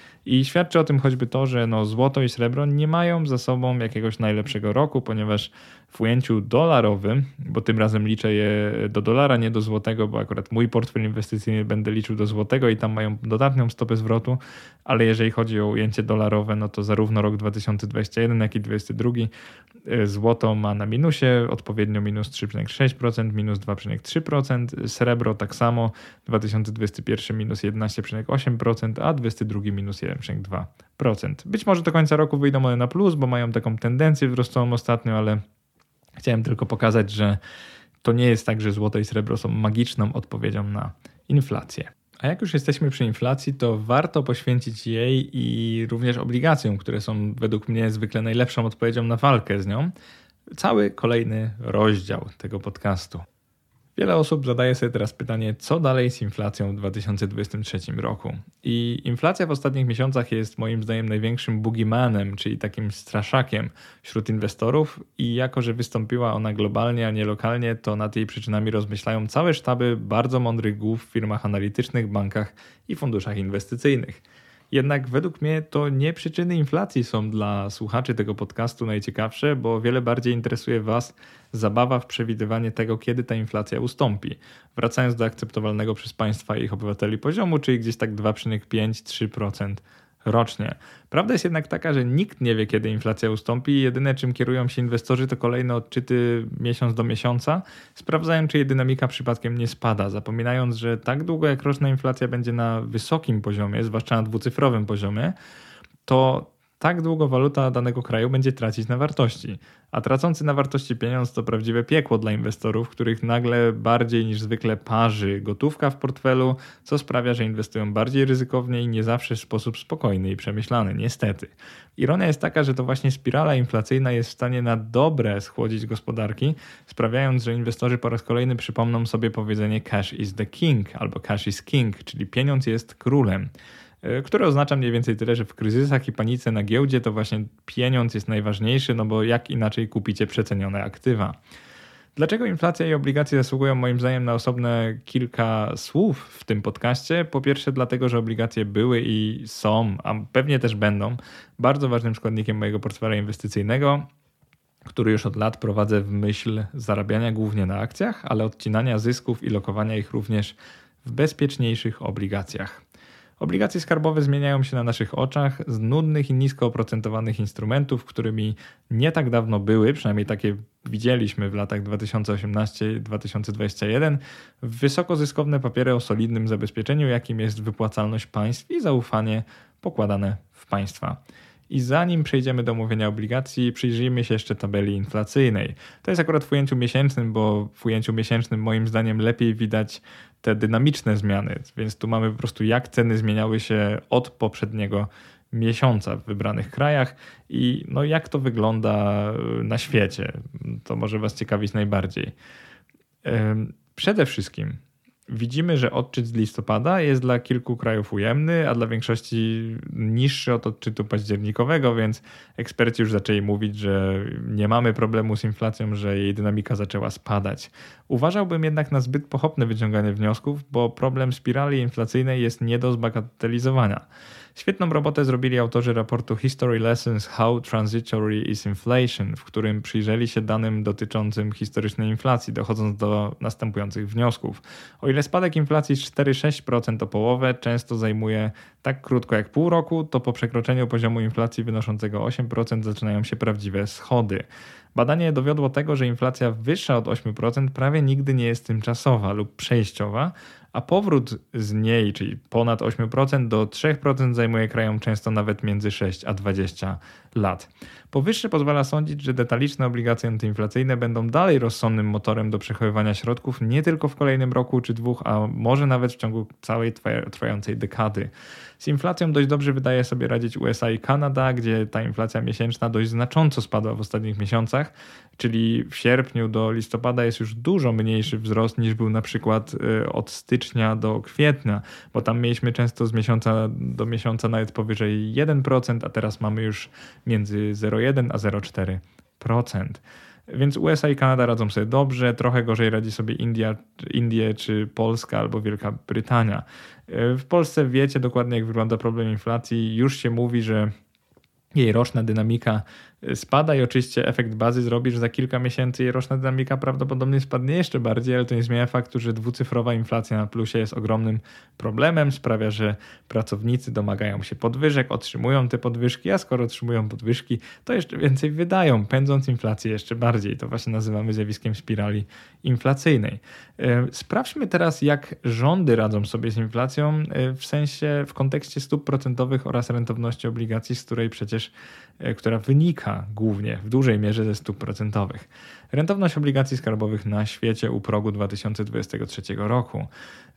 I świadczy o tym choćby to, że no złoto i srebro nie mają za sobą jakiegoś najlepszego roku, ponieważ w ujęciu dolarowym, bo tym razem liczę je do dolara, nie do złotego, bo akurat mój portfel inwestycyjny będę liczył do złotego i tam mają dodatnią stopę zwrotu, ale jeżeli chodzi o ujęcie dolarowe, no to zarówno rok dwa tysiące dwudziesty pierwszy, jak i dwudziesty drugi złoto ma na minusie, odpowiednio minus trzy przecinek sześć procent, minus dwa przecinek trzy procent, srebro tak samo, dwa tysiące dwudziesty pierwszy minus jedenaście przecinek osiem procent, a dwudziesty drugi minus jeden przecinek dwa procent. Być może do końca roku wyjdą one na plus, bo mają taką tendencję wzrostową ostatnio, ale chciałem tylko pokazać, że to nie jest tak, że złoto i srebro są magiczną odpowiedzią na inflację. A jak już jesteśmy przy inflacji, to warto poświęcić jej i również obligacjom, które są według mnie zwykle najlepszą odpowiedzią na walkę z nią, cały kolejny rozdział tego podcastu. Wiele osób zadaje sobie teraz pytanie, co dalej z inflacją w dwa tysiące dwudziestym trzecim roku. I inflacja w ostatnich miesiącach jest moim zdaniem największym boogeymanem, czyli takim straszakiem wśród inwestorów i jako, że wystąpiła ona globalnie, a nie lokalnie, to nad jej przyczynami rozmyślają całe sztaby bardzo mądrych głów w firmach analitycznych, bankach i funduszach inwestycyjnych. Jednak według mnie to nie przyczyny inflacji są dla słuchaczy tego podcastu najciekawsze, bo o wiele bardziej interesuje Was zabawa w przewidywanie tego, kiedy ta inflacja ustąpi, wracając do akceptowalnego przez państwa i ich obywateli poziomu, czyli gdzieś tak dwa przecinek pięć do trzech procent rocznie. Prawda jest jednak taka, że nikt nie wie, kiedy inflacja ustąpi i jedyne, czym kierują się inwestorzy, to kolejne odczyty miesiąc do miesiąca, sprawdzają, czy jej dynamika przypadkiem nie spada, zapominając, że tak długo jak roczna inflacja będzie na wysokim poziomie, zwłaszcza na dwucyfrowym poziomie, to tak długo waluta danego kraju będzie tracić na wartości. A tracący na wartości pieniądz to prawdziwe piekło dla inwestorów, których nagle bardziej niż zwykle parzy gotówka w portfelu, co sprawia, że inwestują bardziej ryzykownie i nie zawsze w sposób spokojny i przemyślany, niestety. Ironia jest taka, że to właśnie spirala inflacyjna jest w stanie na dobre schłodzić gospodarki, sprawiając, że inwestorzy po raz kolejny przypomną sobie powiedzenie cash is the king albo cash is king, czyli pieniądz jest królem, które oznacza mniej więcej tyle, że w kryzysach i panice na giełdzie to właśnie pieniądz jest najważniejszy, no bo jak inaczej kupicie przecenione aktywa. Dlaczego inflacja i obligacje zasługują moim zdaniem na osobne kilka słów w tym podcaście? Po pierwsze dlatego, że obligacje były i są, a pewnie też będą, bardzo ważnym składnikiem mojego portfela inwestycyjnego, który już od lat prowadzę w myśl zarabiania głównie na akcjach, ale odcinania zysków i lokowania ich również w bezpieczniejszych obligacjach. Obligacje skarbowe zmieniają się na naszych oczach z nudnych i nisko oprocentowanych instrumentów, którymi nie tak dawno były, przynajmniej takie widzieliśmy w latach dwa tysiące osiemnasty do dwa tysiące dwudziestego pierwszego, w wysokozyskowne papiery o solidnym zabezpieczeniu, jakim jest wypłacalność państw i zaufanie pokładane w państwa. I zanim przejdziemy do omówienia obligacji, przyjrzyjmy się jeszcze tabeli inflacyjnej. To jest akurat w ujęciu miesięcznym, bo w ujęciu miesięcznym moim zdaniem lepiej widać te dynamiczne zmiany, więc tu mamy po prostu jak ceny zmieniały się od poprzedniego miesiąca w wybranych krajach i no jak to wygląda na świecie. To może Was ciekawić najbardziej. Przede wszystkim widzimy, że odczyt z listopada jest dla kilku krajów ujemny, a dla większości niższy od odczytu październikowego, więc eksperci już zaczęli mówić, że nie mamy problemu z inflacją, że jej dynamika zaczęła spadać. Uważałbym jednak na zbyt pochopne wyciąganie wniosków, bo problem spirali inflacyjnej jest nie do zbagatelizowania. Świetną robotę zrobili autorzy raportu History Lessons How Transitory is Inflation, w którym przyjrzeli się danym dotyczącym historycznej inflacji, dochodząc do następujących wniosków. O ile spadek inflacji z cztery przecinek sześć procent o połowę często zajmuje tak krótko jak pół roku, to po przekroczeniu poziomu inflacji wynoszącego osiem procent zaczynają się prawdziwe schody. Badanie dowiodło tego, że inflacja wyższa od osiem procent prawie nigdy nie jest tymczasowa lub przejściowa, a powrót z niej, czyli ponad osiem procent do trzy procent zajmuje krajom często nawet między sześć a dwadzieścia lat. Powyższe pozwala sądzić, że detaliczne obligacje antyinflacyjne będą dalej rozsądnym motorem do przechowywania środków nie tylko w kolejnym roku czy dwóch, a może nawet w ciągu całej trwającej dekady. Z inflacją dość dobrze wydaje sobie radzić U S A i Kanada, gdzie ta inflacja miesięczna dość znacząco spadła w ostatnich miesiącach, czyli w sierpniu do listopada jest już dużo mniejszy wzrost niż był na przykład od stycznia do kwietnia, bo tam mieliśmy często z miesiąca do miesiąca nawet powyżej jeden procent, a teraz mamy już między zero przecinek jeden a zero przecinek cztery procent. Więc U S A i Kanada radzą sobie dobrze, trochę gorzej radzi sobie India, Indie czy Polska albo Wielka Brytania. W Polsce wiecie dokładnie, jak wygląda problem inflacji. Już się mówi, że jej roczna dynamika spada i oczywiście efekt bazy zrobi, że za kilka miesięcy jej roczna dynamika prawdopodobnie spadnie jeszcze bardziej, ale to nie zmienia faktu, że dwucyfrowa inflacja na plusie jest ogromnym problemem, sprawia, że pracownicy domagają się podwyżek, otrzymują te podwyżki, a skoro otrzymują podwyżki, to jeszcze więcej wydają, pędząc inflację jeszcze bardziej. To właśnie nazywamy zjawiskiem spirali inflacyjnej. Sprawdźmy teraz, jak rządy radzą sobie z inflacją w sensie, w kontekście stóp procentowych oraz rentowności obligacji, z której przecież, która wynika głównie w dużej mierze ze stóp procentowych. Rentowność obligacji skarbowych na świecie u progu dwa tysiące dwudziestego trzeciego roku.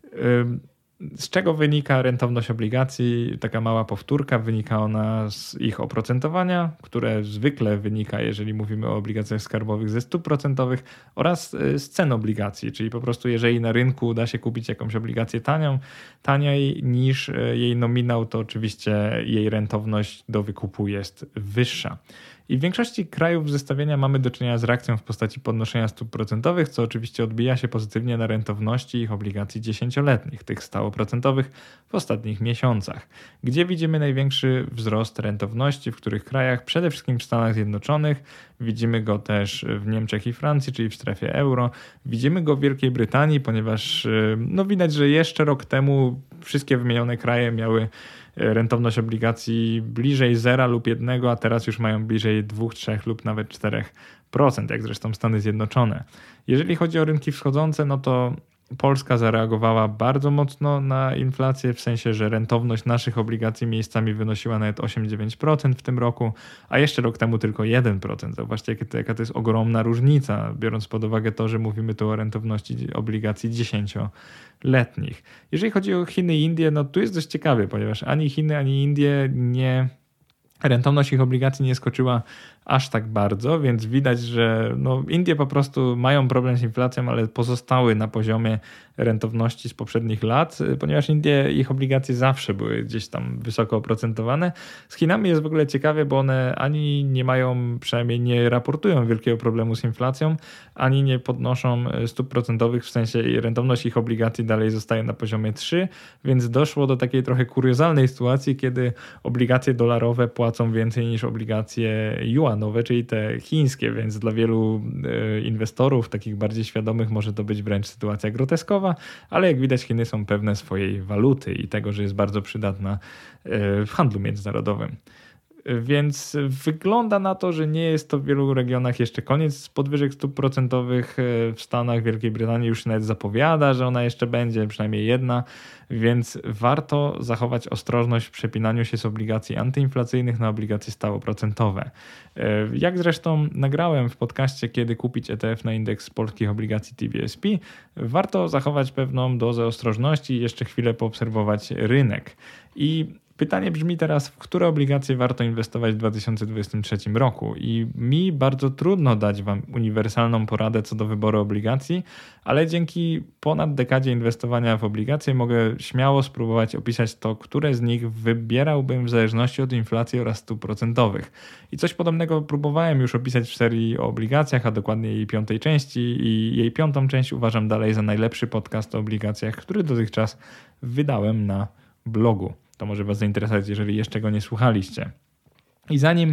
Z czego wynika rentowność obligacji? Taka mała powtórka. Wynika ona z ich oprocentowania, które zwykle wynika, jeżeli mówimy o obligacjach skarbowych, ze stóp procentowych oraz z cen obligacji, czyli po prostu jeżeli na rynku da się kupić jakąś obligację tanią, taniej niż jej nominał, to oczywiście jej rentowność do wykupu jest wyższa. I w większości krajów zestawienia mamy do czynienia z reakcją w postaci podnoszenia stóp procentowych, co oczywiście odbija się pozytywnie na rentowności ich obligacji dziesięcioletnich, tych stałoprocentowych w ostatnich miesiącach. Gdzie widzimy największy wzrost rentowności, w których krajach? Przede wszystkim w Stanach Zjednoczonych, widzimy go też w Niemczech i Francji, czyli w strefie euro. Widzimy go w Wielkiej Brytanii, ponieważ no widać, że jeszcze rok temu wszystkie wymienione kraje miały rentowność obligacji bliżej zera lub jednego, a teraz już mają bliżej dwóch, trzech lub nawet czterech procent, jak zresztą Stany Zjednoczone. Jeżeli chodzi o rynki wschodzące, no to Polska zareagowała bardzo mocno na inflację, w sensie, że rentowność naszych obligacji miejscami wynosiła nawet osiem do dziewięciu procent w tym roku, a jeszcze rok temu tylko jeden procent. Zobaczcie, jaka to jest ogromna różnica, biorąc pod uwagę to, że mówimy tu o rentowności obligacji dziesięcioletnich. Jeżeli chodzi o Chiny i Indie, no tu jest dość ciekawie, ponieważ ani Chiny, ani Indie nie... Rentowność ich obligacji nie skoczyła aż tak bardzo, więc widać, że no Indie po prostu mają problem z inflacją, ale pozostały na poziomie rentowności z poprzednich lat, ponieważ Indie, ich obligacje zawsze były gdzieś tam wysoko oprocentowane. Z Chinami jest w ogóle ciekawie, bo one ani nie mają, przynajmniej nie raportują wielkiego problemu z inflacją, ani nie podnoszą stóp procentowych, w sensie rentowność ich obligacji dalej zostaje na poziomie trzy, więc doszło do takiej trochę kuriozalnej sytuacji, kiedy obligacje dolarowe płacą więcej niż obligacje juanowe, czyli te chińskie, więc dla wielu inwestorów, takich bardziej świadomych, może to być wręcz sytuacja groteskowa, ale jak widać Chiny są pewne swojej waluty i tego, że jest bardzo przydatna w handlu międzynarodowym. Więc wygląda na to, że nie jest to w wielu regionach jeszcze koniec podwyżek stóp procentowych. W Stanach, Wielkiej Brytanii już nawet zapowiada, że ona jeszcze będzie, przynajmniej jedna, więc warto zachować ostrożność w przepinaniu się z obligacji antyinflacyjnych na obligacje stałoprocentowe. Jak zresztą nagrałem w podcaście, kiedy kupić E T F na indeks polskich obligacji T B S P, warto zachować pewną dozę ostrożności i jeszcze chwilę poobserwować rynek. I pytanie brzmi teraz, w które obligacje warto inwestować w dwa tysiące dwudziestym trzecim roku? I mi bardzo trudno dać wam uniwersalną poradę co do wyboru obligacji, ale dzięki ponad dekadzie inwestowania w obligacje mogę śmiało spróbować opisać to, które z nich wybierałbym w zależności od inflacji oraz stóp procentowych. I coś podobnego próbowałem już opisać w serii o obligacjach, a dokładnie jej piątej części, i jej piątą część uważam dalej za najlepszy podcast o obligacjach, który dotychczas wydałem na blogu. To może was zainteresować, jeżeli jeszcze go nie słuchaliście. I zanim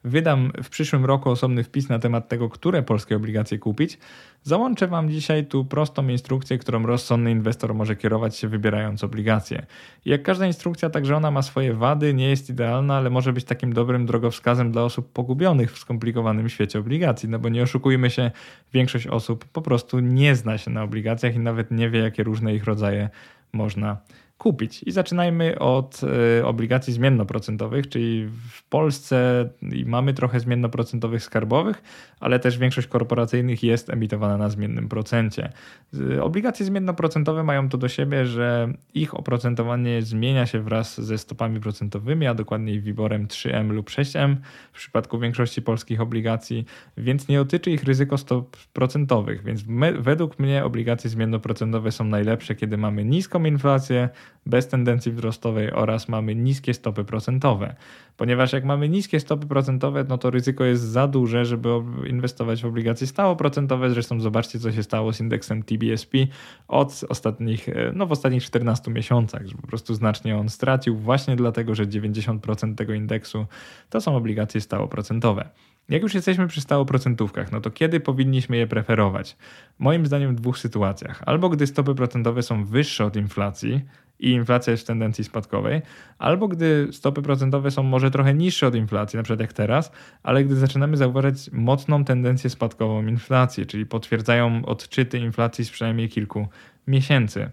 wydam w przyszłym roku osobny wpis na temat tego, które polskie obligacje kupić, załączę Wam dzisiaj tu prostą instrukcję, którą rozsądny inwestor może kierować się wybierając obligacje. I jak każda instrukcja, także ona ma swoje wady, nie jest idealna, ale może być takim dobrym drogowskazem dla osób pogubionych w skomplikowanym świecie obligacji, no bo nie oszukujmy się, większość osób po prostu nie zna się na obligacjach i nawet nie wie, jakie różne ich rodzaje można kupić. I zaczynajmy od y, obligacji zmiennoprocentowych, czyli w Polsce mamy trochę zmiennoprocentowych skarbowych, ale też większość korporacyjnych jest emitowana na zmiennym procencie. Y, obligacje zmiennoprocentowe mają to do siebie, że ich oprocentowanie zmienia się wraz ze stopami procentowymi, a dokładniej WIBOR-em trzy M lub sześć M w przypadku większości polskich obligacji, więc nie dotyczy ich ryzyko stop procentowych, więc me, według mnie obligacje zmiennoprocentowe są najlepsze, kiedy mamy niską inflację, bez tendencji wzrostowej oraz mamy niskie stopy procentowe. Ponieważ jak mamy niskie stopy procentowe, no to ryzyko jest za duże, żeby inwestować w obligacje stałoprocentowe. Zresztą zobaczcie, co się stało z indeksem T B S P od ostatnich, no w ostatnich czternastu miesiącach, że po prostu znacznie on stracił właśnie dlatego, że dziewięćdziesiąt procent tego indeksu to są obligacje stałoprocentowe. Jak już jesteśmy przy stałoprocentówkach, no to kiedy powinniśmy je preferować? Moim zdaniem w dwóch sytuacjach. Albo gdy stopy procentowe są wyższe od inflacji i inflacja jest w tendencji spadkowej, albo gdy stopy procentowe są może trochę niższe od inflacji, na przykład jak teraz, ale gdy zaczynamy zauważać mocną tendencję spadkową inflacji, czyli potwierdzają odczyty inflacji z przynajmniej kilku miesięcy.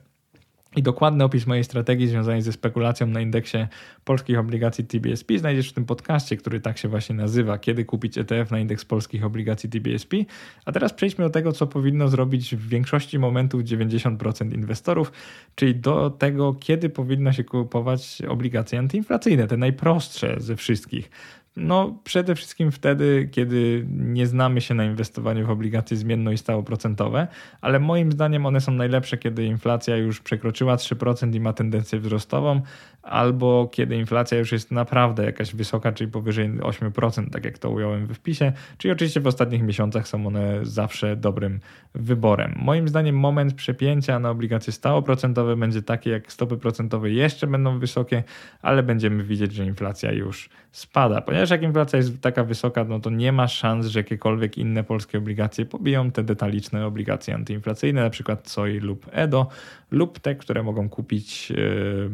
I dokładny opis mojej strategii związanej ze spekulacją na indeksie polskich obligacji T B S P znajdziesz w tym podcaście, który tak się właśnie nazywa, kiedy kupić E T F na indeks polskich obligacji T B S P. A teraz przejdźmy do tego, co powinno zrobić w większości momentów dziewięćdziesiąt procent inwestorów, czyli do tego, kiedy powinno się kupować obligacje antyinflacyjne, te najprostsze ze wszystkich. No przede wszystkim wtedy, kiedy nie znamy się na inwestowaniu w obligacje zmienno i stałoprocentowe, ale moim zdaniem one są najlepsze, kiedy inflacja już przekroczyła trzy procent i ma tendencję wzrostową, albo kiedy inflacja już jest naprawdę jakaś wysoka, czyli powyżej osiem procent, tak jak to ująłem w wpisie, czyli oczywiście w ostatnich miesiącach są one zawsze dobrym wyborem. Moim zdaniem moment przepięcia na obligacje stałoprocentowe będzie taki, jak stopy procentowe jeszcze będą wysokie, ale będziemy widzieć, że inflacja już spada, ponieważ jak inflacja jest taka wysoka, no to nie ma szans, że jakiekolwiek inne polskie obligacje pobiją te detaliczne obligacje antyinflacyjne, na przykład C O I lub E D O, lub te, które mogą kupić yy,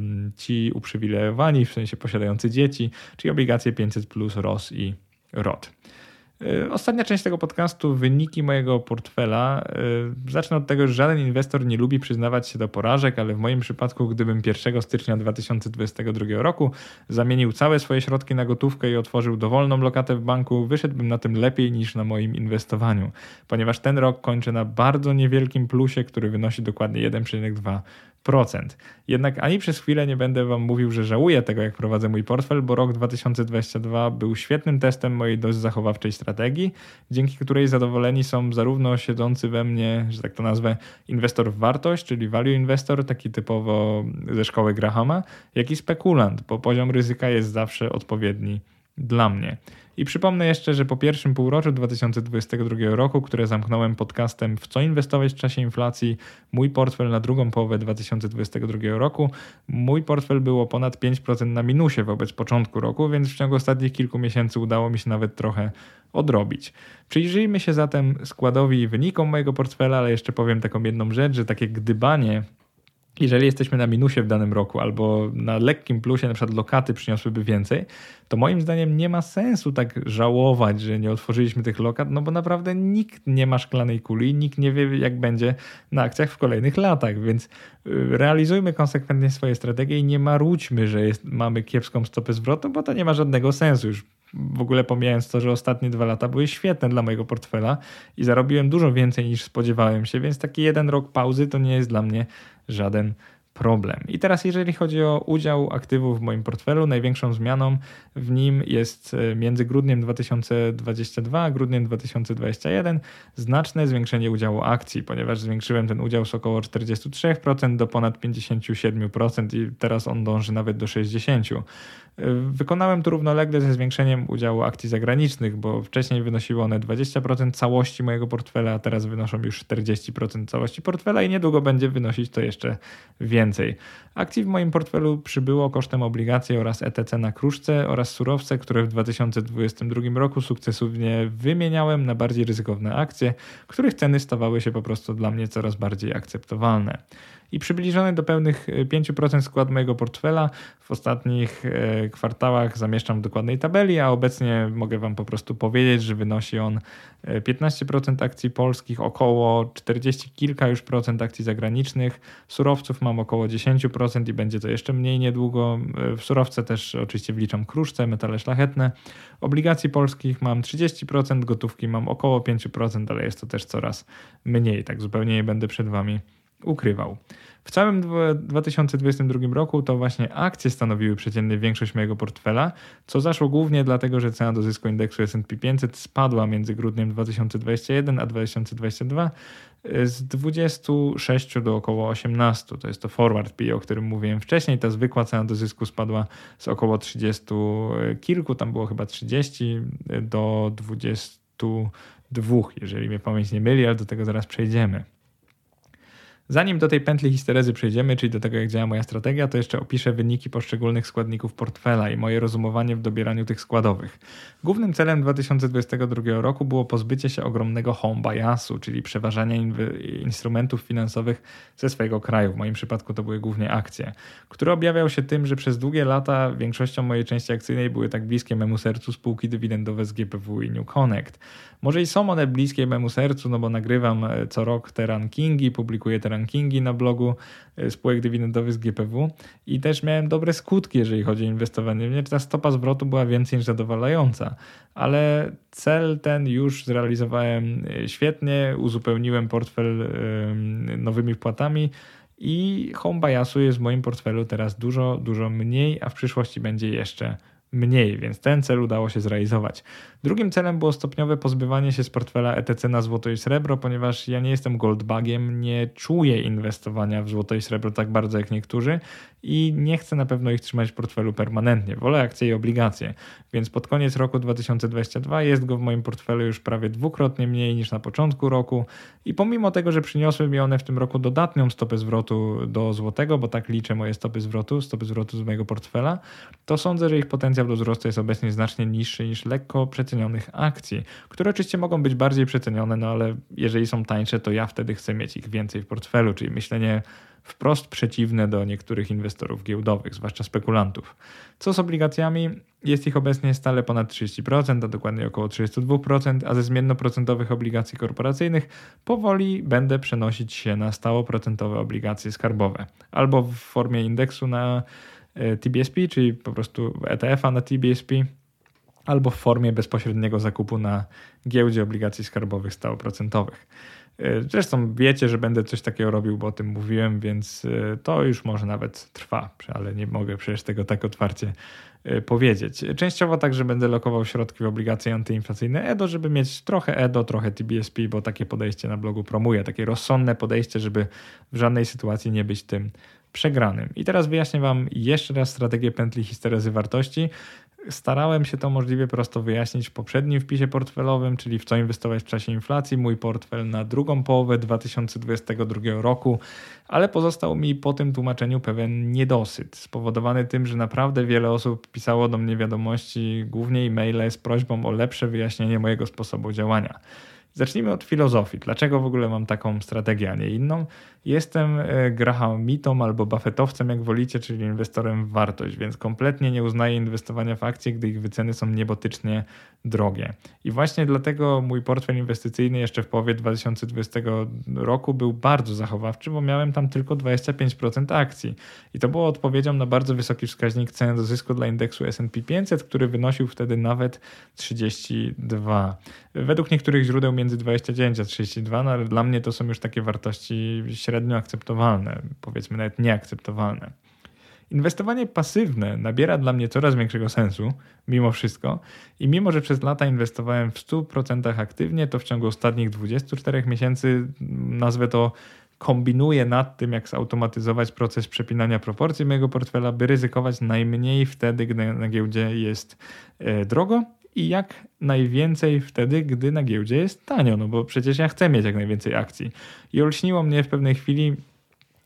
ci uprzywilejowani, w sensie posiadający dzieci, czyli obligacje pięćset plus, R O S i R O T. Ostatnia część tego podcastu, wyniki mojego portfela. Zacznę od tego, że żaden inwestor nie lubi przyznawać się do porażek, ale w moim przypadku, gdybym pierwszego stycznia dwa tysiące dwudziestego drugiego roku zamienił całe swoje środki na gotówkę i otworzył dowolną lokatę w banku, wyszedłbym na tym lepiej niż na moim inwestowaniu, ponieważ ten rok kończę na bardzo niewielkim plusie, który wynosi dokładnie jeden przecinek dwa procent. Jednak ani przez chwilę nie będę Wam mówił, że żałuję tego, jak prowadzę mój portfel, bo rok dwa tysiące dwudziesty drugi był świetnym testem mojej dość zachowawczej strategii, dzięki której zadowoleni są zarówno siedzący we mnie, że tak to nazwę, inwestor w wartość, czyli value investor, taki typowo ze szkoły Grahama, jak i spekulant, bo poziom ryzyka jest zawsze odpowiedni dla mnie. I przypomnę jeszcze, że po pierwszym półroczu dwa tysiące dwudziestego drugiego roku, które zamknąłem podcastem W co inwestować w czasie inflacji, mój portfel na drugą połowę dwa tysiące dwudziestego drugiego roku, mój portfel było ponad pięć procent na minusie wobec początku roku, więc w ciągu ostatnich kilku miesięcy udało mi się nawet trochę odrobić. Przyjrzyjmy się zatem składowi i wynikom mojego portfela, ale jeszcze powiem taką jedną rzecz, że takie gdybanie, jeżeli jesteśmy na minusie w danym roku albo na lekkim plusie, na przykład lokaty przyniosłyby więcej, to moim zdaniem nie ma sensu tak żałować, że nie otworzyliśmy tych lokat, no bo naprawdę nikt nie ma szklanej kuli, nikt nie wie, jak będzie na akcjach w kolejnych latach, więc realizujmy konsekwentnie swoje strategie i nie marudźmy, że jest, mamy kiepską stopę zwrotu, bo to nie ma żadnego sensu już. W ogóle pomijając to, że ostatnie dwa lata były świetne dla mojego portfela i zarobiłem dużo więcej niż spodziewałem się, więc taki jeden rok pauzy to nie jest dla mnie żaden problem. I teraz jeżeli chodzi o udział aktywów w moim portfelu, największą zmianą w nim jest między grudniem dwa tysiące dwudziestym drugim a grudniem dwa tysiące dwudziestym pierwszym znaczne zwiększenie udziału akcji, ponieważ zwiększyłem ten udział z około czterdzieści trzy procent do ponad pięćdziesiąt siedem procent i teraz on dąży nawet do sześćdziesiąt procent. Wykonałem to równolegle ze zwiększeniem udziału akcji zagranicznych, bo wcześniej wynosiły one dwadzieścia procent całości mojego portfela, a teraz wynoszą już czterdzieści procent całości portfela i niedługo będzie wynosić to jeszcze więcej. więcej. Akcji w moim portfelu przybyło kosztem obligacji oraz E T C na kruszce oraz surowce, które w dwa tysiące dwudziestym drugim roku sukcesywnie wymieniałem na bardziej ryzykowne akcje, których ceny stawały się po prostu dla mnie coraz bardziej akceptowalne. I przybliżony do pełnych pięć procent skład mojego portfela w ostatnich kwartałach zamieszczam w dokładnej tabeli, a obecnie mogę Wam po prostu powiedzieć, że wynosi on piętnaście procent akcji polskich, około czterdzieści kilka już procent akcji zagranicznych, surowców mam około dziesięć procent i będzie to jeszcze mniej niedługo. W surowce też oczywiście wliczam kruszce, metale szlachetne. Obligacji polskich mam trzydzieści procent, gotówki mam około pięć procent, ale jest to też coraz mniej, tak zupełnie nie będę przed Wami ukrywał. W całym dwa tysiące dwudziestym drugim roku to właśnie akcje stanowiły przeciętnie większość mojego portfela, co zaszło głównie dlatego, że cena do zysku indeksu S and P pięćset spadła między grudniem dwa tysiące dwudziestym pierwszym a dwa tysiące dwudziestym drugim z dwudziestu sześciu do około osiemnastu. To jest to forward P E, o którym mówiłem wcześniej. Ta zwykła cena do zysku spadła z około trzydziestu kilku, tam było chyba trzydzieści do dwudziestu dwóch, jeżeli mnie pamięć nie myli, ale do tego zaraz przejdziemy. Zanim do tej pętli histerezy przejdziemy, czyli do tego, jak działa moja strategia, to jeszcze opiszę wyniki poszczególnych składników portfela i moje rozumowanie w dobieraniu tych składowych. Głównym celem dwa tysiące dwudziestego drugiego roku było pozbycie się ogromnego home biasu, czyli przeważania instrumentów finansowych ze swojego kraju. W moim przypadku to były głównie akcje, który objawiał się tym, że przez długie lata większością mojej części akcyjnej były tak bliskie memu sercu spółki dywidendowe z G P W i New Connect. Może i są one bliskie memu sercu, no bo nagrywam co rok te rankingi, publikuję te rankingi na blogu spółek dywidendowych z G P W i też miałem dobre skutki, jeżeli chodzi o inwestowanie. Nie, ta stopa zwrotu była więcej niż zadowalająca, ale cel ten już zrealizowałem świetnie, uzupełniłem portfel nowymi wpłatami i home biasu jest w moim portfelu teraz dużo, dużo mniej, a w przyszłości będzie jeszcze mniej, więc ten cel udało się zrealizować. Drugim celem było stopniowe pozbywanie się z portfela E T C na złoto i srebro, ponieważ ja nie jestem goldbugiem, nie czuję inwestowania w złoto i srebro tak bardzo jak niektórzy i nie chcę na pewno ich trzymać w portfelu permanentnie. Wolę akcje i obligacje, więc pod koniec roku dwa tysiące dwudziestego drugiego jest go w moim portfelu już prawie dwukrotnie mniej niż na początku roku i pomimo tego, że przyniosły mi one w tym roku dodatnią stopę zwrotu do złotego, bo tak liczę moje stopy zwrotu, stopy zwrotu z mojego portfela, to sądzę, że ich potencjał do wzrostu jest obecnie znacznie niższy niż lekko przecenionych akcji, które oczywiście mogą być bardziej przecenione, no ale jeżeli są tańsze, to ja wtedy chcę mieć ich więcej w portfelu, czyli myślenie wprost przeciwne do niektórych inwestorów giełdowych, zwłaszcza spekulantów. Co z obligacjami? Jest ich obecnie stale ponad trzydzieści procent, a dokładnie około trzydzieści dwa procent, a ze zmiennoprocentowych obligacji korporacyjnych powoli będę przenosić się na stałoprocentowe obligacje skarbowe, albo w formie indeksu na T B S P, czyli po prostu E T F a na T B S P, albo w formie bezpośredniego zakupu na giełdzie obligacji skarbowych stałoprocentowych. Zresztą wiecie, że będę coś takiego robił, bo o tym mówiłem, więc to już może nawet trwa, ale nie mogę przecież tego tak otwarcie powiedzieć. Częściowo także będę lokował środki w obligacje antyinflacyjne E D O, żeby mieć trochę E D O, trochę T B S P, bo takie podejście na blogu promuję, takie rozsądne podejście, żeby w żadnej sytuacji nie być tym przegranym. I teraz wyjaśnię Wam jeszcze raz strategię pętli histerezy wartości. Starałem się to możliwie prosto wyjaśnić w poprzednim wpisie portfelowym, czyli w co inwestować w czasie inflacji, mój portfel na drugą połowę dwa tysiące dwudziestego drugiego roku, ale pozostał mi po tym tłumaczeniu pewien niedosyt, spowodowany tym, że naprawdę wiele osób pisało do mnie wiadomości, głównie e-maile z prośbą o lepsze wyjaśnienie mojego sposobu działania. Zacznijmy od filozofii. Dlaczego w ogóle mam taką strategię, a nie inną? Jestem grahamitą albo buffettowcem, jak wolicie, czyli inwestorem w wartość, więc kompletnie nie uznaję inwestowania w akcje, gdy ich wyceny są niebotycznie drogie. I właśnie dlatego mój portfel inwestycyjny jeszcze w połowie dwa tysiące dwudziestego roku był bardzo zachowawczy, bo miałem tam tylko dwadzieścia pięć procent akcji. I to było odpowiedzią na bardzo wysoki wskaźnik ceny do zysku dla indeksu S and P pięćset, który wynosił wtedy nawet trzydzieści dwa. Według niektórych źródeł między dwadzieścia dziewięć a trzydzieści dwa, no ale dla mnie to są już takie wartości średnio akceptowalne, powiedzmy nawet nieakceptowalne. Inwestowanie pasywne nabiera dla mnie coraz większego sensu, mimo wszystko, i mimo że przez lata inwestowałem w stu procentach aktywnie, to w ciągu ostatnich dwudziestu czterech miesięcy, nazwę to, kombinuję nad tym, jak zautomatyzować proces przepinania proporcji mojego portfela, by ryzykować najmniej wtedy, gdy na giełdzie jest e, drogo, i jak najwięcej wtedy, gdy na giełdzie jest tanio, no bo przecież ja chcę mieć jak najwięcej akcji. I olśniło mnie w pewnej chwili,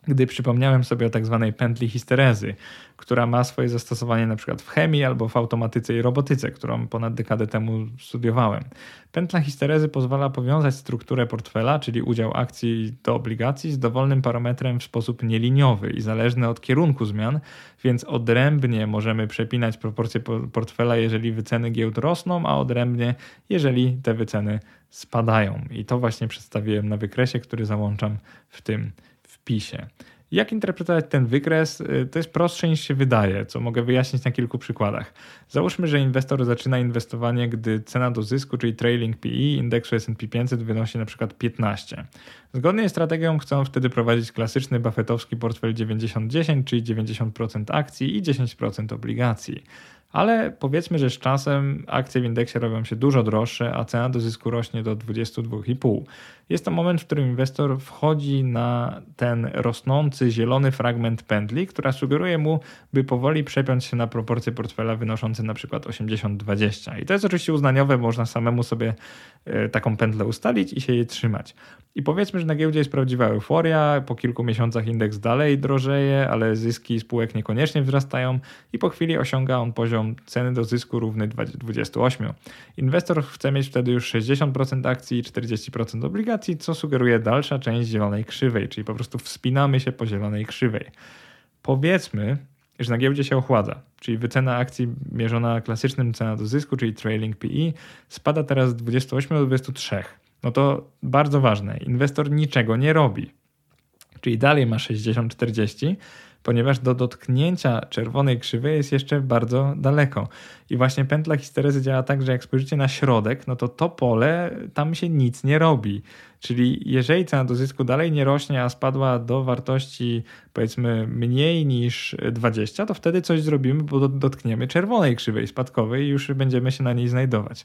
gdy przypomniałem sobie o tak zwanej pętli histerezy, która ma swoje zastosowanie na przykład w chemii albo w automatyce i robotyce, którą ponad dekadę temu studiowałem. Pętla histerezy pozwala powiązać strukturę portfela, czyli udział akcji do obligacji, z dowolnym parametrem w sposób nieliniowy i zależny od kierunku zmian, więc odrębnie możemy przepinać proporcje portfela, jeżeli wyceny giełd rosną, a odrębnie, jeżeli te wyceny spadają. I to właśnie przedstawiłem na wykresie, który załączam w tym wpisie. Jak interpretować ten wykres? To jest prostsze niż się wydaje, co mogę wyjaśnić na kilku przykładach. Załóżmy, że inwestor zaczyna inwestowanie, gdy cena do zysku, czyli trailing P E indeksu S and P pięćset wynosi na przykład piętnaście. Zgodnie z strategią chcą wtedy prowadzić klasyczny buffettowski portfel dziewięćdziesiąt dziesięć, czyli dziewięćdziesiąt procent akcji i dziesięć procent obligacji. Ale powiedzmy, że z czasem akcje w indeksie robią się dużo droższe, a cena do zysku rośnie do dwadzieścia dwa i pół. Jest to moment, w którym inwestor wchodzi na ten rosnący zielony fragment pętli, która sugeruje mu, by powoli przepiąć się na proporcje portfela wynoszące na przykład osiemdziesiąt dwadzieścia. I to jest oczywiście uznaniowe, można samemu sobie taką pętlę ustalić i się jej trzymać. I powiedzmy, że na giełdzie jest prawdziwa euforia, po kilku miesiącach indeks dalej drożeje, ale zyski spółek niekoniecznie wzrastają i po chwili osiąga on poziom ceny do zysku równy dwudziestu ośmiu. Inwestor chce mieć wtedy już sześćdziesiąt procent akcji i czterdzieści procent obligacji, co sugeruje dalsza część zielonej krzywej, czyli po prostu wspinamy się po zielonej krzywej. Powiedzmy, że na giełdzie się ochładza, czyli wycena akcji mierzona klasycznym cena do zysku, czyli trailing P E, spada teraz z dwudziestu ośmiu do dwudziestu trzech. No to bardzo ważne, inwestor niczego nie robi, czyli dalej ma sześćdziesiąt czterdzieści, ponieważ do dotknięcia czerwonej krzywej jest jeszcze bardzo daleko. I właśnie pętla histerezy działa tak, że jak spojrzycie na środek, no to to pole, tam się nic nie robi. Czyli jeżeli cena do zysku dalej nie rośnie, a spadła do wartości powiedzmy mniej niż dwadzieścia, to wtedy coś zrobimy, bo dotkniemy czerwonej krzywej spadkowej i już będziemy się na niej znajdować.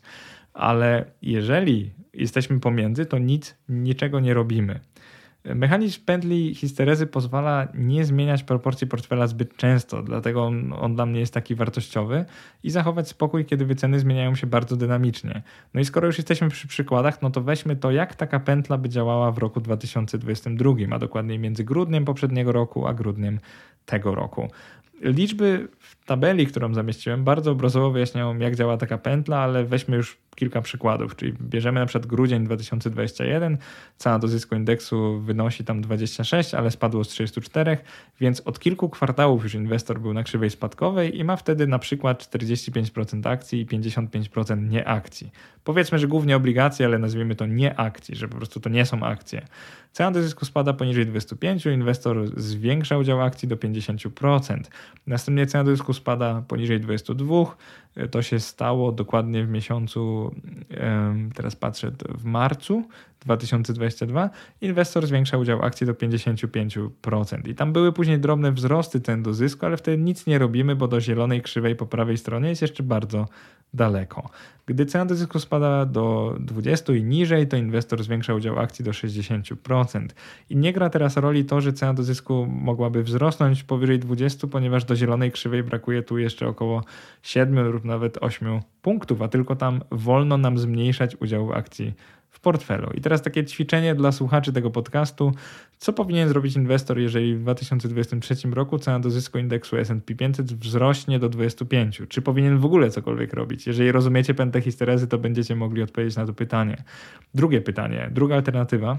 Ale jeżeli jesteśmy pomiędzy, to nic, niczego nie robimy. Mechanizm pętli histerezy pozwala nie zmieniać proporcji portfela zbyt często, dlatego on, on dla mnie jest taki wartościowy i zachować spokój, kiedy wyceny zmieniają się bardzo dynamicznie. No i skoro już jesteśmy przy przykładach, no to weźmy to, jak taka pętla by działała w roku dwa tysiące dwudziestym drugim, a dokładniej między grudniem poprzedniego roku a grudniem tego roku. Liczby w tabeli, którą zamieściłem, bardzo obrazowo wyjaśniają, jak działa taka pętla, ale weźmy już kilka przykładów, czyli bierzemy na przykład grudzień dwa tysiące dwudziesty pierwszy, cena do zysku indeksu wynosi tam dwadzieścia sześć, ale spadło z trzydziestu czterech, więc od kilku kwartałów już inwestor był na krzywej spadkowej i ma wtedy na przykład czterdzieści pięć procent akcji i pięćdziesiąt pięć procent nie akcji. Powiedzmy, że głównie obligacje, ale nazwijmy to nie akcji, że po prostu to nie są akcje. Cena do zysku spada poniżej dwudziestu pięciu, inwestor zwiększa udział akcji do pięćdziesiąt procent. Następnie cena do zysku spada poniżej dwudziestu dwóch. To się stało dokładnie w miesiącu, teraz patrzę, w marcu dwa tysiące dwudziestego drugiego. Inwestor zwiększa udział akcji do pięćdziesiąt pięć procent. I tam były później drobne wzrosty cen do zysku, ale wtedy nic nie robimy, bo do zielonej krzywej po prawej stronie jest jeszcze bardzo daleko. Gdy cena do zysku spada do dwudziestu i niżej, to inwestor zwiększa udział akcji do sześćdziesiąt procent. I nie gra teraz roli to, że cena do zysku mogłaby wzrosnąć powyżej dwudziestu, ponieważ do zielonej krzywej brakuje tu jeszcze około siedmiu lub nawet ośmiu punktów, a tylko tam wolno nam zmniejszać udział akcji w portfelu. I teraz takie ćwiczenie dla słuchaczy tego podcastu. Co powinien zrobić inwestor, jeżeli w dwa tysiące dwudziestym trzecim roku cena do zysku indeksu S and P pięćset wzrośnie do dwudziestu pięciu? Czy powinien w ogóle cokolwiek robić? Jeżeli rozumiecie pętlę histerezy, to będziecie mogli odpowiedzieć na to pytanie. Drugie pytanie, druga alternatywa.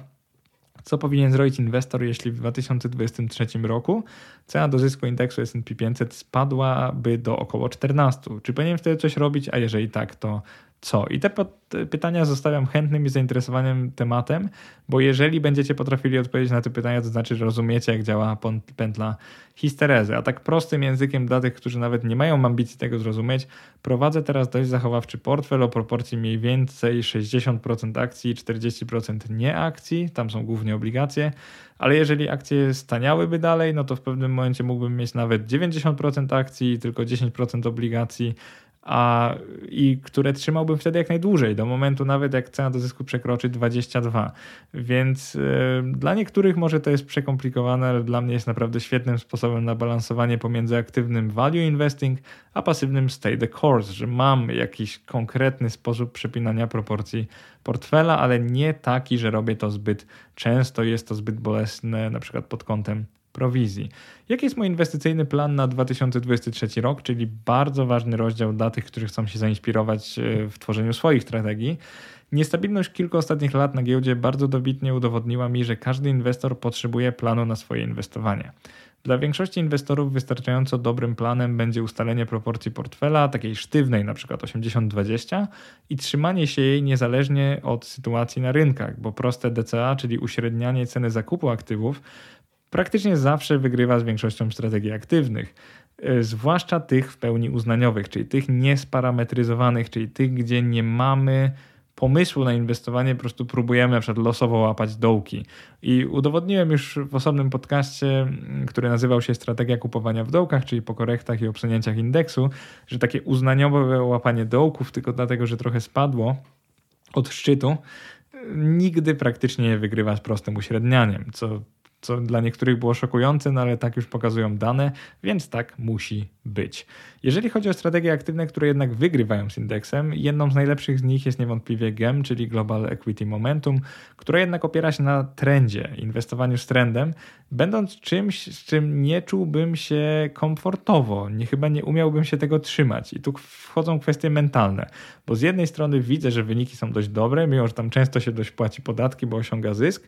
Co powinien zrobić inwestor, jeśli w dwa tysiące dwudziestym trzecim roku cena do zysku indeksu S and P pięćset spadłaby do około czternastu? Czy powinien wtedy coś robić, a jeżeli tak, to co? I te pytania zostawiam chętnym i zainteresowanym tematem, bo jeżeli będziecie potrafili odpowiedzieć na te pytania, to znaczy, że rozumiecie, jak działa pętla histerezy. A tak prostym językiem dla tych, którzy nawet nie mają ambicji tego zrozumieć, prowadzę teraz dość zachowawczy portfel o proporcji mniej więcej sześćdziesiąt procent akcji i czterdzieści procent nie akcji, tam są głównie obligacje, ale jeżeli akcje staniałyby dalej, no to w pewnym momencie mógłbym mieć nawet dziewięćdziesiąt procent akcji i tylko dziesięć procent obligacji, a i które trzymałbym wtedy jak najdłużej, do momentu nawet jak cena do zysku przekroczy dwadzieścia dwa. Więc yy, dla niektórych może to jest przekomplikowane, ale dla mnie jest naprawdę świetnym sposobem na balansowanie pomiędzy aktywnym value investing, a pasywnym stay the course, że mam jakiś konkretny sposób przepinania proporcji portfela, ale nie taki, że robię to zbyt często i jest to zbyt bolesne, na przykład pod kątem prowizji. Jaki jest mój inwestycyjny plan na dwa tysiące dwudziesty trzeci rok, czyli bardzo ważny rozdział dla tych, którzy chcą się zainspirować w tworzeniu swoich strategii. Niestabilność kilku ostatnich lat na giełdzie bardzo dobitnie udowodniła mi, że każdy inwestor potrzebuje planu na swoje inwestowanie. Dla większości inwestorów wystarczająco dobrym planem będzie ustalenie proporcji portfela, takiej sztywnej, na przykład osiemdziesiąt dwadzieścia, i trzymanie się jej niezależnie od sytuacji na rynkach, bo proste D C A, czyli uśrednianie ceny zakupu aktywów, praktycznie zawsze wygrywa z większością strategii aktywnych, zwłaszcza tych w pełni uznaniowych, czyli tych niesparametryzowanych, czyli tych, gdzie nie mamy pomysłu na inwestowanie, po prostu próbujemy na przykład losowo łapać dołki. I udowodniłem już w osobnym podcaście, który nazywał się Strategia kupowania w dołkach, czyli po korektach i obsunięciach indeksu, że takie uznaniowe łapanie dołków tylko dlatego, że trochę spadło od szczytu, nigdy praktycznie nie wygrywa z prostym uśrednianiem, co co dla niektórych było szokujące, no ale tak już pokazują dane, więc tak musi być. Jeżeli chodzi o strategie aktywne, które jednak wygrywają z indeksem, jedną z najlepszych z nich jest niewątpliwie G E M, czyli Global Equity Momentum, która jednak opiera się na trendzie, inwestowaniu z trendem, będąc czymś, z czym nie czułbym się komfortowo, nie, chyba nie umiałbym się tego trzymać. I tu wchodzą kwestie mentalne, bo z jednej strony widzę, że wyniki są dość dobre, mimo że tam często się dość płaci podatki, bo osiąga zysk,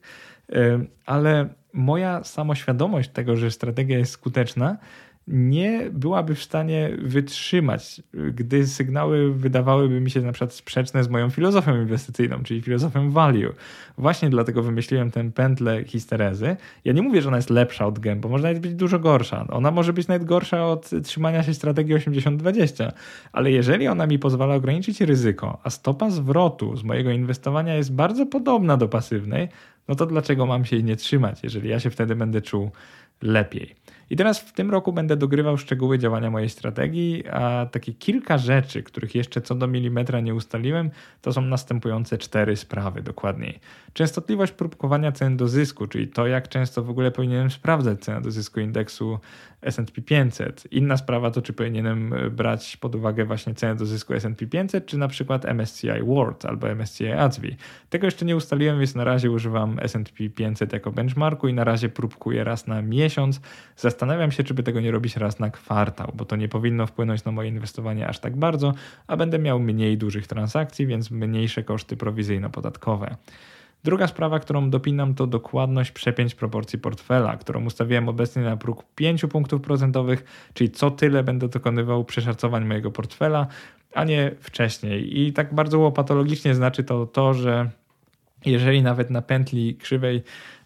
ale moja samoświadomość tego, że strategia jest skuteczna, nie byłaby w stanie wytrzymać, gdy sygnały wydawałyby mi się na przykład sprzeczne z moją filozofią inwestycyjną, czyli filozofią value. Właśnie dlatego wymyśliłem tę pętlę histerezy. Ja nie mówię, że ona jest lepsza od G E M, bo może nawet być dużo gorsza. Ona może być nawet gorsza od trzymania się strategii osiemdziesiąt dwadzieścia, ale jeżeli ona mi pozwala ograniczyć ryzyko, a stopa zwrotu z mojego inwestowania jest bardzo podobna do pasywnej, no to dlaczego mam się jej nie trzymać, jeżeli ja się wtedy będę czuł lepiej? I teraz w tym roku będę dogrywał szczegóły działania mojej strategii, a takie kilka rzeczy, których jeszcze co do milimetra nie ustaliłem, to są następujące cztery sprawy dokładniej. Częstotliwość próbkowania cen do zysku, czyli to, jak często w ogóle powinienem sprawdzać cenę do zysku indeksu S and P pięćset. Inna sprawa to, czy powinienem brać pod uwagę właśnie cenę do zysku S and P pięćset, czy na przykład M S C I World albo M S C I A S W I. Tego jeszcze nie ustaliłem, więc na razie używam S and P pięćset jako benchmarku i na razie próbkuję raz na miesiąc. Zastanawiam się, czy by tego nie robić raz na kwartał, bo to nie powinno wpłynąć na moje inwestowanie aż tak bardzo, a będę miał mniej dużych transakcji, więc mniejsze koszty prowizyjno-podatkowe. Druga sprawa, którą dopinam, to dokładność przepięć proporcji portfela, którą ustawiłem obecnie na próg pięć punktów procentowych, czyli co tyle będę dokonywał przeszacowań mojego portfela, a nie wcześniej. I tak bardzo łopatologicznie znaczy to to, że jeżeli nawet na pętli krzywej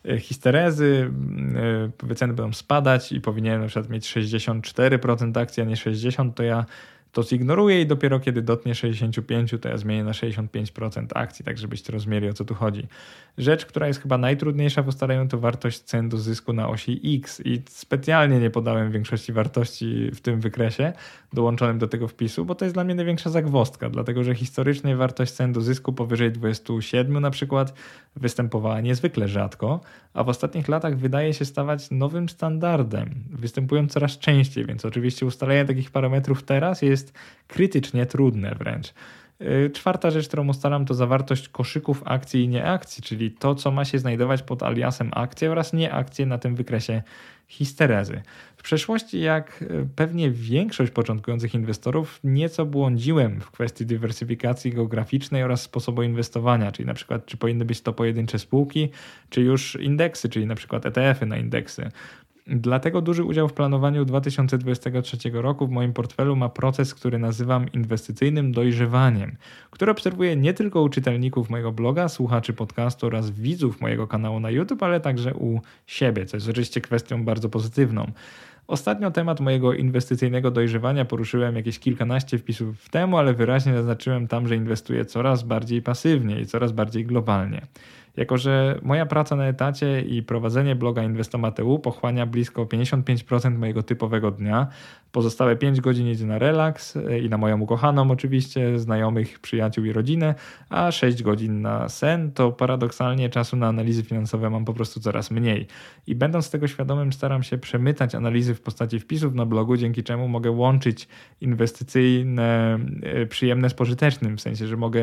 histerezy wyceny będą spadać i powinienem na przykład mieć sześćdziesiąt cztery procent akcji, a nie sześćdziesiąt procent, to ja to zignoruję i dopiero kiedy dotnie sześćdziesiąt pięć procent, to ja zmienię na sześćdziesiąt pięć procent akcji, tak żebyście rozumieli, o co tu chodzi. Rzecz, która jest chyba najtrudniejsza w ustaleniu, to wartość cen do zysku na osi X i specjalnie nie podałem większości wartości w tym wykresie dołączonym do tego wpisu, bo to jest dla mnie największa zagwozdka, dlatego że historycznie wartość cen do zysku powyżej dwadzieścia siedem na przykład występowała niezwykle rzadko, a w ostatnich latach wydaje się stawać nowym standardem, występują coraz częściej, więc oczywiście ustalenie takich parametrów teraz jest krytycznie trudne wręcz. Czwarta rzecz, którą ustalam, to zawartość koszyków akcji i nieakcji, czyli to, co ma się znajdować pod aliasem akcje oraz nieakcje na tym wykresie histerezy. W przeszłości, jak pewnie większość początkujących inwestorów, nieco błądziłem w kwestii dywersyfikacji geograficznej oraz sposobu inwestowania, czyli na przykład czy powinny być to pojedyncze spółki, czy już indeksy, czyli na przykład E T F y na indeksy. Dlatego duży udział w planowaniu dwa tysiące dwudziestego trzeciego roku w moim portfelu ma proces, który nazywam inwestycyjnym dojrzewaniem, który obserwuję nie tylko u czytelników mojego bloga, słuchaczy podcastu oraz widzów mojego kanału na YouTube, ale także u siebie, co jest oczywiście kwestią bardzo pozytywną. Ostatnio temat mojego inwestycyjnego dojrzewania poruszyłem jakieś kilkanaście wpisów temu, ale wyraźnie zaznaczyłem tam, że inwestuję coraz bardziej pasywnie i coraz bardziej globalnie. Jako że moja praca na etacie i prowadzenie bloga Investomat kropka e u pochłania blisko pięćdziesiąt pięć procent mojego typowego dnia, pozostałe pięć godzin idzie na relaks i na moją ukochaną oczywiście, znajomych, przyjaciół i rodzinę, a sześć godzin na sen, to paradoksalnie czasu na analizy finansowe mam po prostu coraz mniej. I będąc tego świadomym, staram się przemytać analizy w postaci wpisów na blogu, dzięki czemu mogę łączyć inwestycyjne, przyjemne z pożytecznym, w sensie, że mogę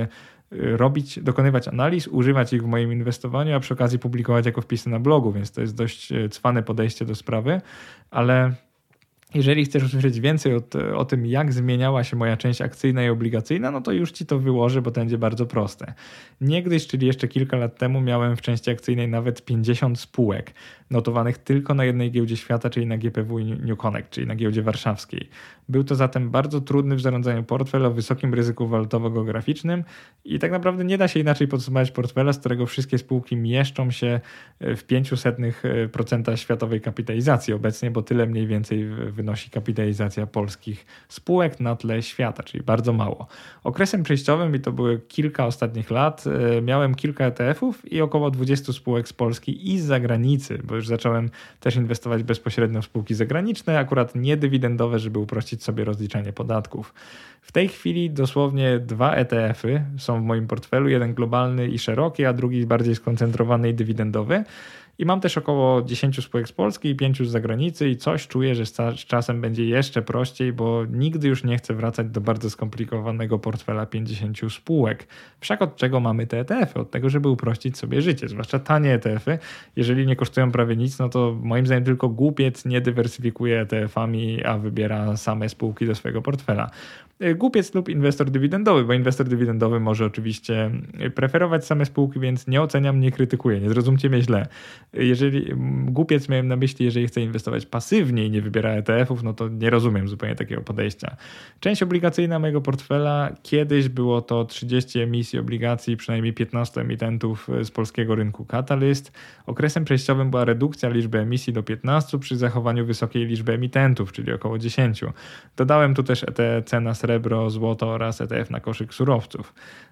robić, dokonywać analiz, używać ich w moim inwestowaniu, a przy okazji publikować jako wpisy na blogu, więc to jest dość cwane podejście do sprawy, ale jeżeli chcesz usłyszeć więcej o, o tym, jak zmieniała się moja część akcyjna i obligacyjna, no to już ci to wyłożę, bo to będzie bardzo proste. Niegdyś, czyli jeszcze kilka lat temu, miałem w części akcyjnej nawet pięćdziesiąt spółek notowanych tylko na jednej giełdzie świata, czyli na G P W New Connect, czyli na giełdzie warszawskiej. Był to zatem bardzo trudny w zarządzaniu portfel o wysokim ryzyku walutowo-geograficznym i tak naprawdę nie da się inaczej podsumować portfela, z którego wszystkie spółki mieszczą się w pięćset procent światowej kapitalizacji obecnie, bo tyle mniej więcej wynosi kapitalizacja polskich spółek na tle świata, czyli bardzo mało. Okresem przejściowym, i to były kilka ostatnich lat, miałem kilka E T F-ów i około dwadzieścia spółek z Polski i z zagranicy, bo już zacząłem też inwestować bezpośrednio w spółki zagraniczne, akurat nie dywidendowe, żeby uprościć sobie rozliczanie podatków. W tej chwili dosłownie dwa E T F-y są w moim portfelu, jeden globalny i szeroki, a drugi bardziej skoncentrowany i dywidendowy. I mam też około dziesięć spółek z Polski i pięć z zagranicy i coś czuję, że z czasem będzie jeszcze prościej, bo nigdy już nie chcę wracać do bardzo skomplikowanego portfela pięćdziesięciu spółek. Wszak od czego mamy te E T F-y? Od tego, żeby uprościć sobie życie, zwłaszcza tanie E T F-y. Jeżeli nie kosztują prawie nic, no to moim zdaniem tylko głupiec nie dywersyfikuje E T F-ami, a wybiera same spółki do swojego portfela. Głupiec lub inwestor dywidendowy, bo inwestor dywidendowy może oczywiście preferować same spółki, więc nie oceniam, nie krytykuję, nie zrozumcie mnie źle. Jeżeli głupiec miałem na myśli, jeżeli chce inwestować pasywnie i nie wybiera E T F-ów, no to nie rozumiem zupełnie takiego podejścia. Część obligacyjna mojego portfela, kiedyś było to trzydzieści emisji obligacji, przynajmniej piętnastu emitentów z polskiego rynku Catalyst. Okresem przejściowym była redukcja liczby emisji do piętnastu przy zachowaniu wysokiej liczby emitentów, czyli około dziesięciu. Dodałem tu też E T C na srebro, złoto oraz E T F na koszyk surowców.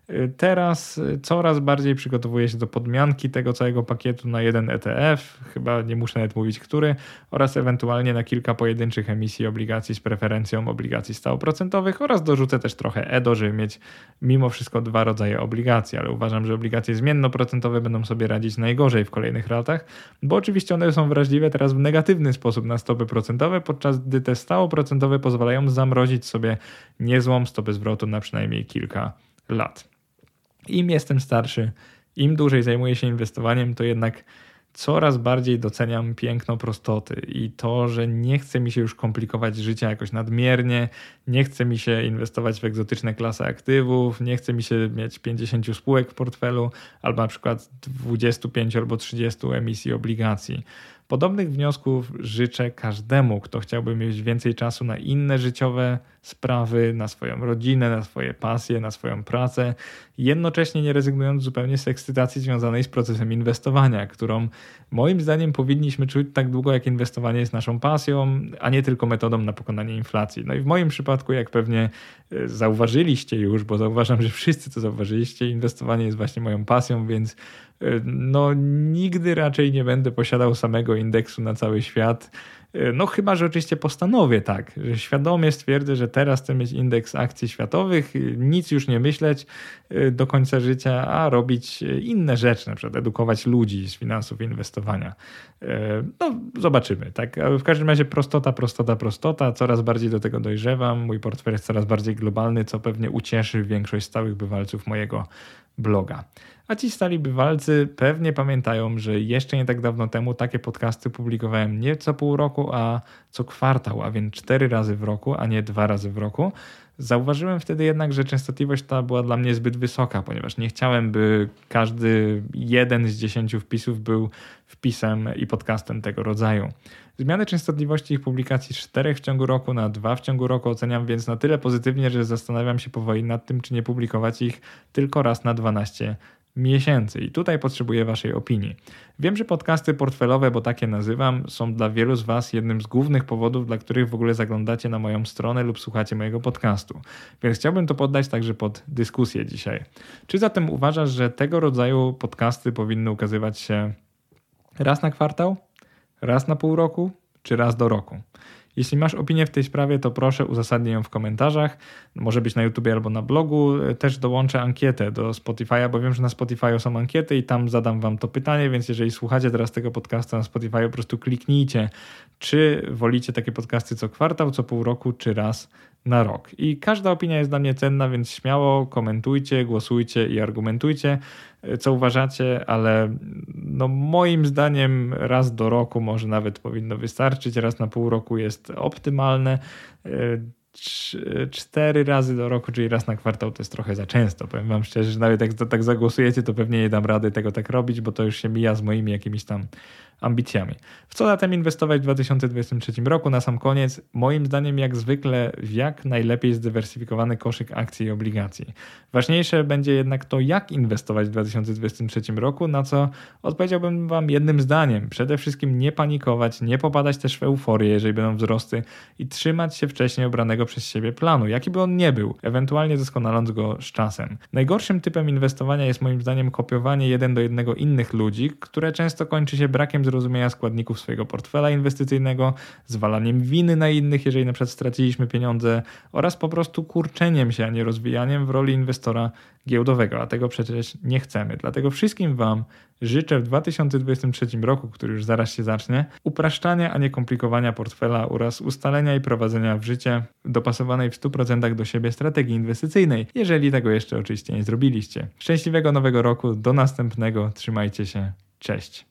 Teraz coraz bardziej przygotowuję się do podmianki tego całego pakietu na jeden E T F, chyba nie muszę nawet mówić który, oraz ewentualnie na kilka pojedynczych emisji obligacji z preferencją obligacji stałoprocentowych oraz dorzucę też trochę E D O, żeby mieć mimo wszystko dwa rodzaje obligacji, ale uważam, że obligacje zmiennoprocentowe będą sobie radzić najgorzej w kolejnych latach, bo oczywiście one są wrażliwe teraz w negatywny sposób na stopy procentowe, podczas gdy te stałoprocentowe pozwalają zamrozić sobie niezłą stopę zwrotu na przynajmniej kilka lat. Im jestem starszy, im dłużej zajmuję się inwestowaniem, to jednak coraz bardziej doceniam piękno prostoty i to, że nie chce mi się już komplikować życia jakoś nadmiernie, nie chce mi się inwestować w egzotyczne klasy aktywów, nie chce mi się mieć pięćdziesięciu spółek w portfelu albo na przykład dwudziestu pięciu albo trzydziestu emisji obligacji. Podobnych wniosków życzę każdemu, kto chciałby mieć więcej czasu na inne życiowe sprawy, na swoją rodzinę, na swoje pasje, na swoją pracę, jednocześnie nie rezygnując zupełnie z ekscytacji związanej z procesem inwestowania, którą moim zdaniem powinniśmy czuć tak długo, jak inwestowanie jest naszą pasją, a nie tylko metodą na pokonanie inflacji. No i w moim przypadku, jak pewnie zauważyliście już, bo zauważam, że wszyscy to zauważyliście, inwestowanie jest właśnie moją pasją, więc no nigdy raczej nie będę posiadał samego indeksu na cały świat. No chyba, że oczywiście postanowię tak, że świadomie stwierdzę, że teraz chcę mieć indeks akcji światowych, nic już nie myśleć do końca życia, a robić inne rzeczy, na przykład edukować ludzi z finansów inwestowania. No zobaczymy. Tak? W każdym razie prostota, prostota, prostota. Coraz bardziej do tego dojrzewam. Mój portfel jest coraz bardziej globalny, co pewnie ucieszy większość stałych bywalców mojego bloga. A ci stali bywalcy pewnie pamiętają, że jeszcze nie tak dawno temu takie podcasty publikowałem nie co pół roku, a co kwartał, a więc cztery razy w roku, a nie dwa razy w roku. Zauważyłem wtedy jednak, że częstotliwość ta była dla mnie zbyt wysoka, ponieważ nie chciałem, by każdy jeden z dziesięciu wpisów był wpisem i podcastem tego rodzaju. Zmianę częstotliwości ich publikacji z czterech w ciągu roku na dwa w ciągu roku oceniam więc na tyle pozytywnie, że zastanawiam się powoli nad tym, czy nie publikować ich tylko raz na dwanaście miesięcy. I tutaj potrzebuję waszej opinii. Wiem, że podcasty portfelowe, bo takie nazywam, są dla wielu z was jednym z głównych powodów, dla których w ogóle zaglądacie na moją stronę lub słuchacie mojego podcastu. Więc chciałbym to poddać także pod dyskusję dzisiaj. Czy zatem uważasz, że tego rodzaju podcasty powinny ukazywać się raz na kwartał, raz na pół roku, czy raz do roku? Jeśli masz opinię w tej sprawie, to proszę uzasadnij ją w komentarzach. Może być na YouTubie albo na blogu. Też dołączę ankietę do Spotify'a, bo wiem, że na Spotify'u są ankiety i tam zadam wam to pytanie, więc jeżeli słuchacie teraz tego podcastu na Spotify'u, po prostu kliknijcie, czy wolicie takie podcasty co kwartał, co pół roku, czy raz na rok. I każda opinia jest dla mnie cenna, więc śmiało komentujcie, głosujcie i argumentujcie, co uważacie, ale no moim zdaniem raz do roku może nawet powinno wystarczyć, raz na pół roku jest optymalne. Cztery razy do roku, czyli raz na kwartał to jest trochę za często. Powiem wam szczerze, że nawet jak to tak zagłosujecie, to pewnie nie dam rady tego tak robić, bo to już się mija z moimi jakimiś tam ambicjami. W co zatem inwestować w dwa tysiące dwudziestym trzecim roku? Na sam koniec, moim zdaniem jak zwykle w jak najlepiej zdywersyfikowany koszyk akcji i obligacji. Ważniejsze będzie jednak to, jak inwestować w dwa tysiące dwudziestym trzecim roku, na co odpowiedziałbym wam jednym zdaniem. Przede wszystkim nie panikować, nie popadać też w euforię, jeżeli będą wzrosty i trzymać się wcześniej obranego przez siebie planu, jaki by on nie był, ewentualnie doskonaląc go z czasem. Najgorszym typem inwestowania jest moim zdaniem kopiowanie jeden do jednego innych ludzi, które często kończy się brakiem zrozumienia składników swojego portfela inwestycyjnego, zwalaniem winy na innych, jeżeli na przykład straciliśmy pieniądze, oraz po prostu kurczeniem się, a nie rozwijaniem w roli inwestora giełdowego, a tego przecież nie chcemy. Dlatego wszystkim wam życzę w dwa tysiące dwudziestym trzecim roku, który już zaraz się zacznie, upraszczania, a nie komplikowania portfela oraz ustalenia i prowadzenia w życie dopasowanej w stu procentach do siebie strategii inwestycyjnej, jeżeli tego jeszcze oczywiście nie zrobiliście. Szczęśliwego nowego roku, do następnego, trzymajcie się, cześć.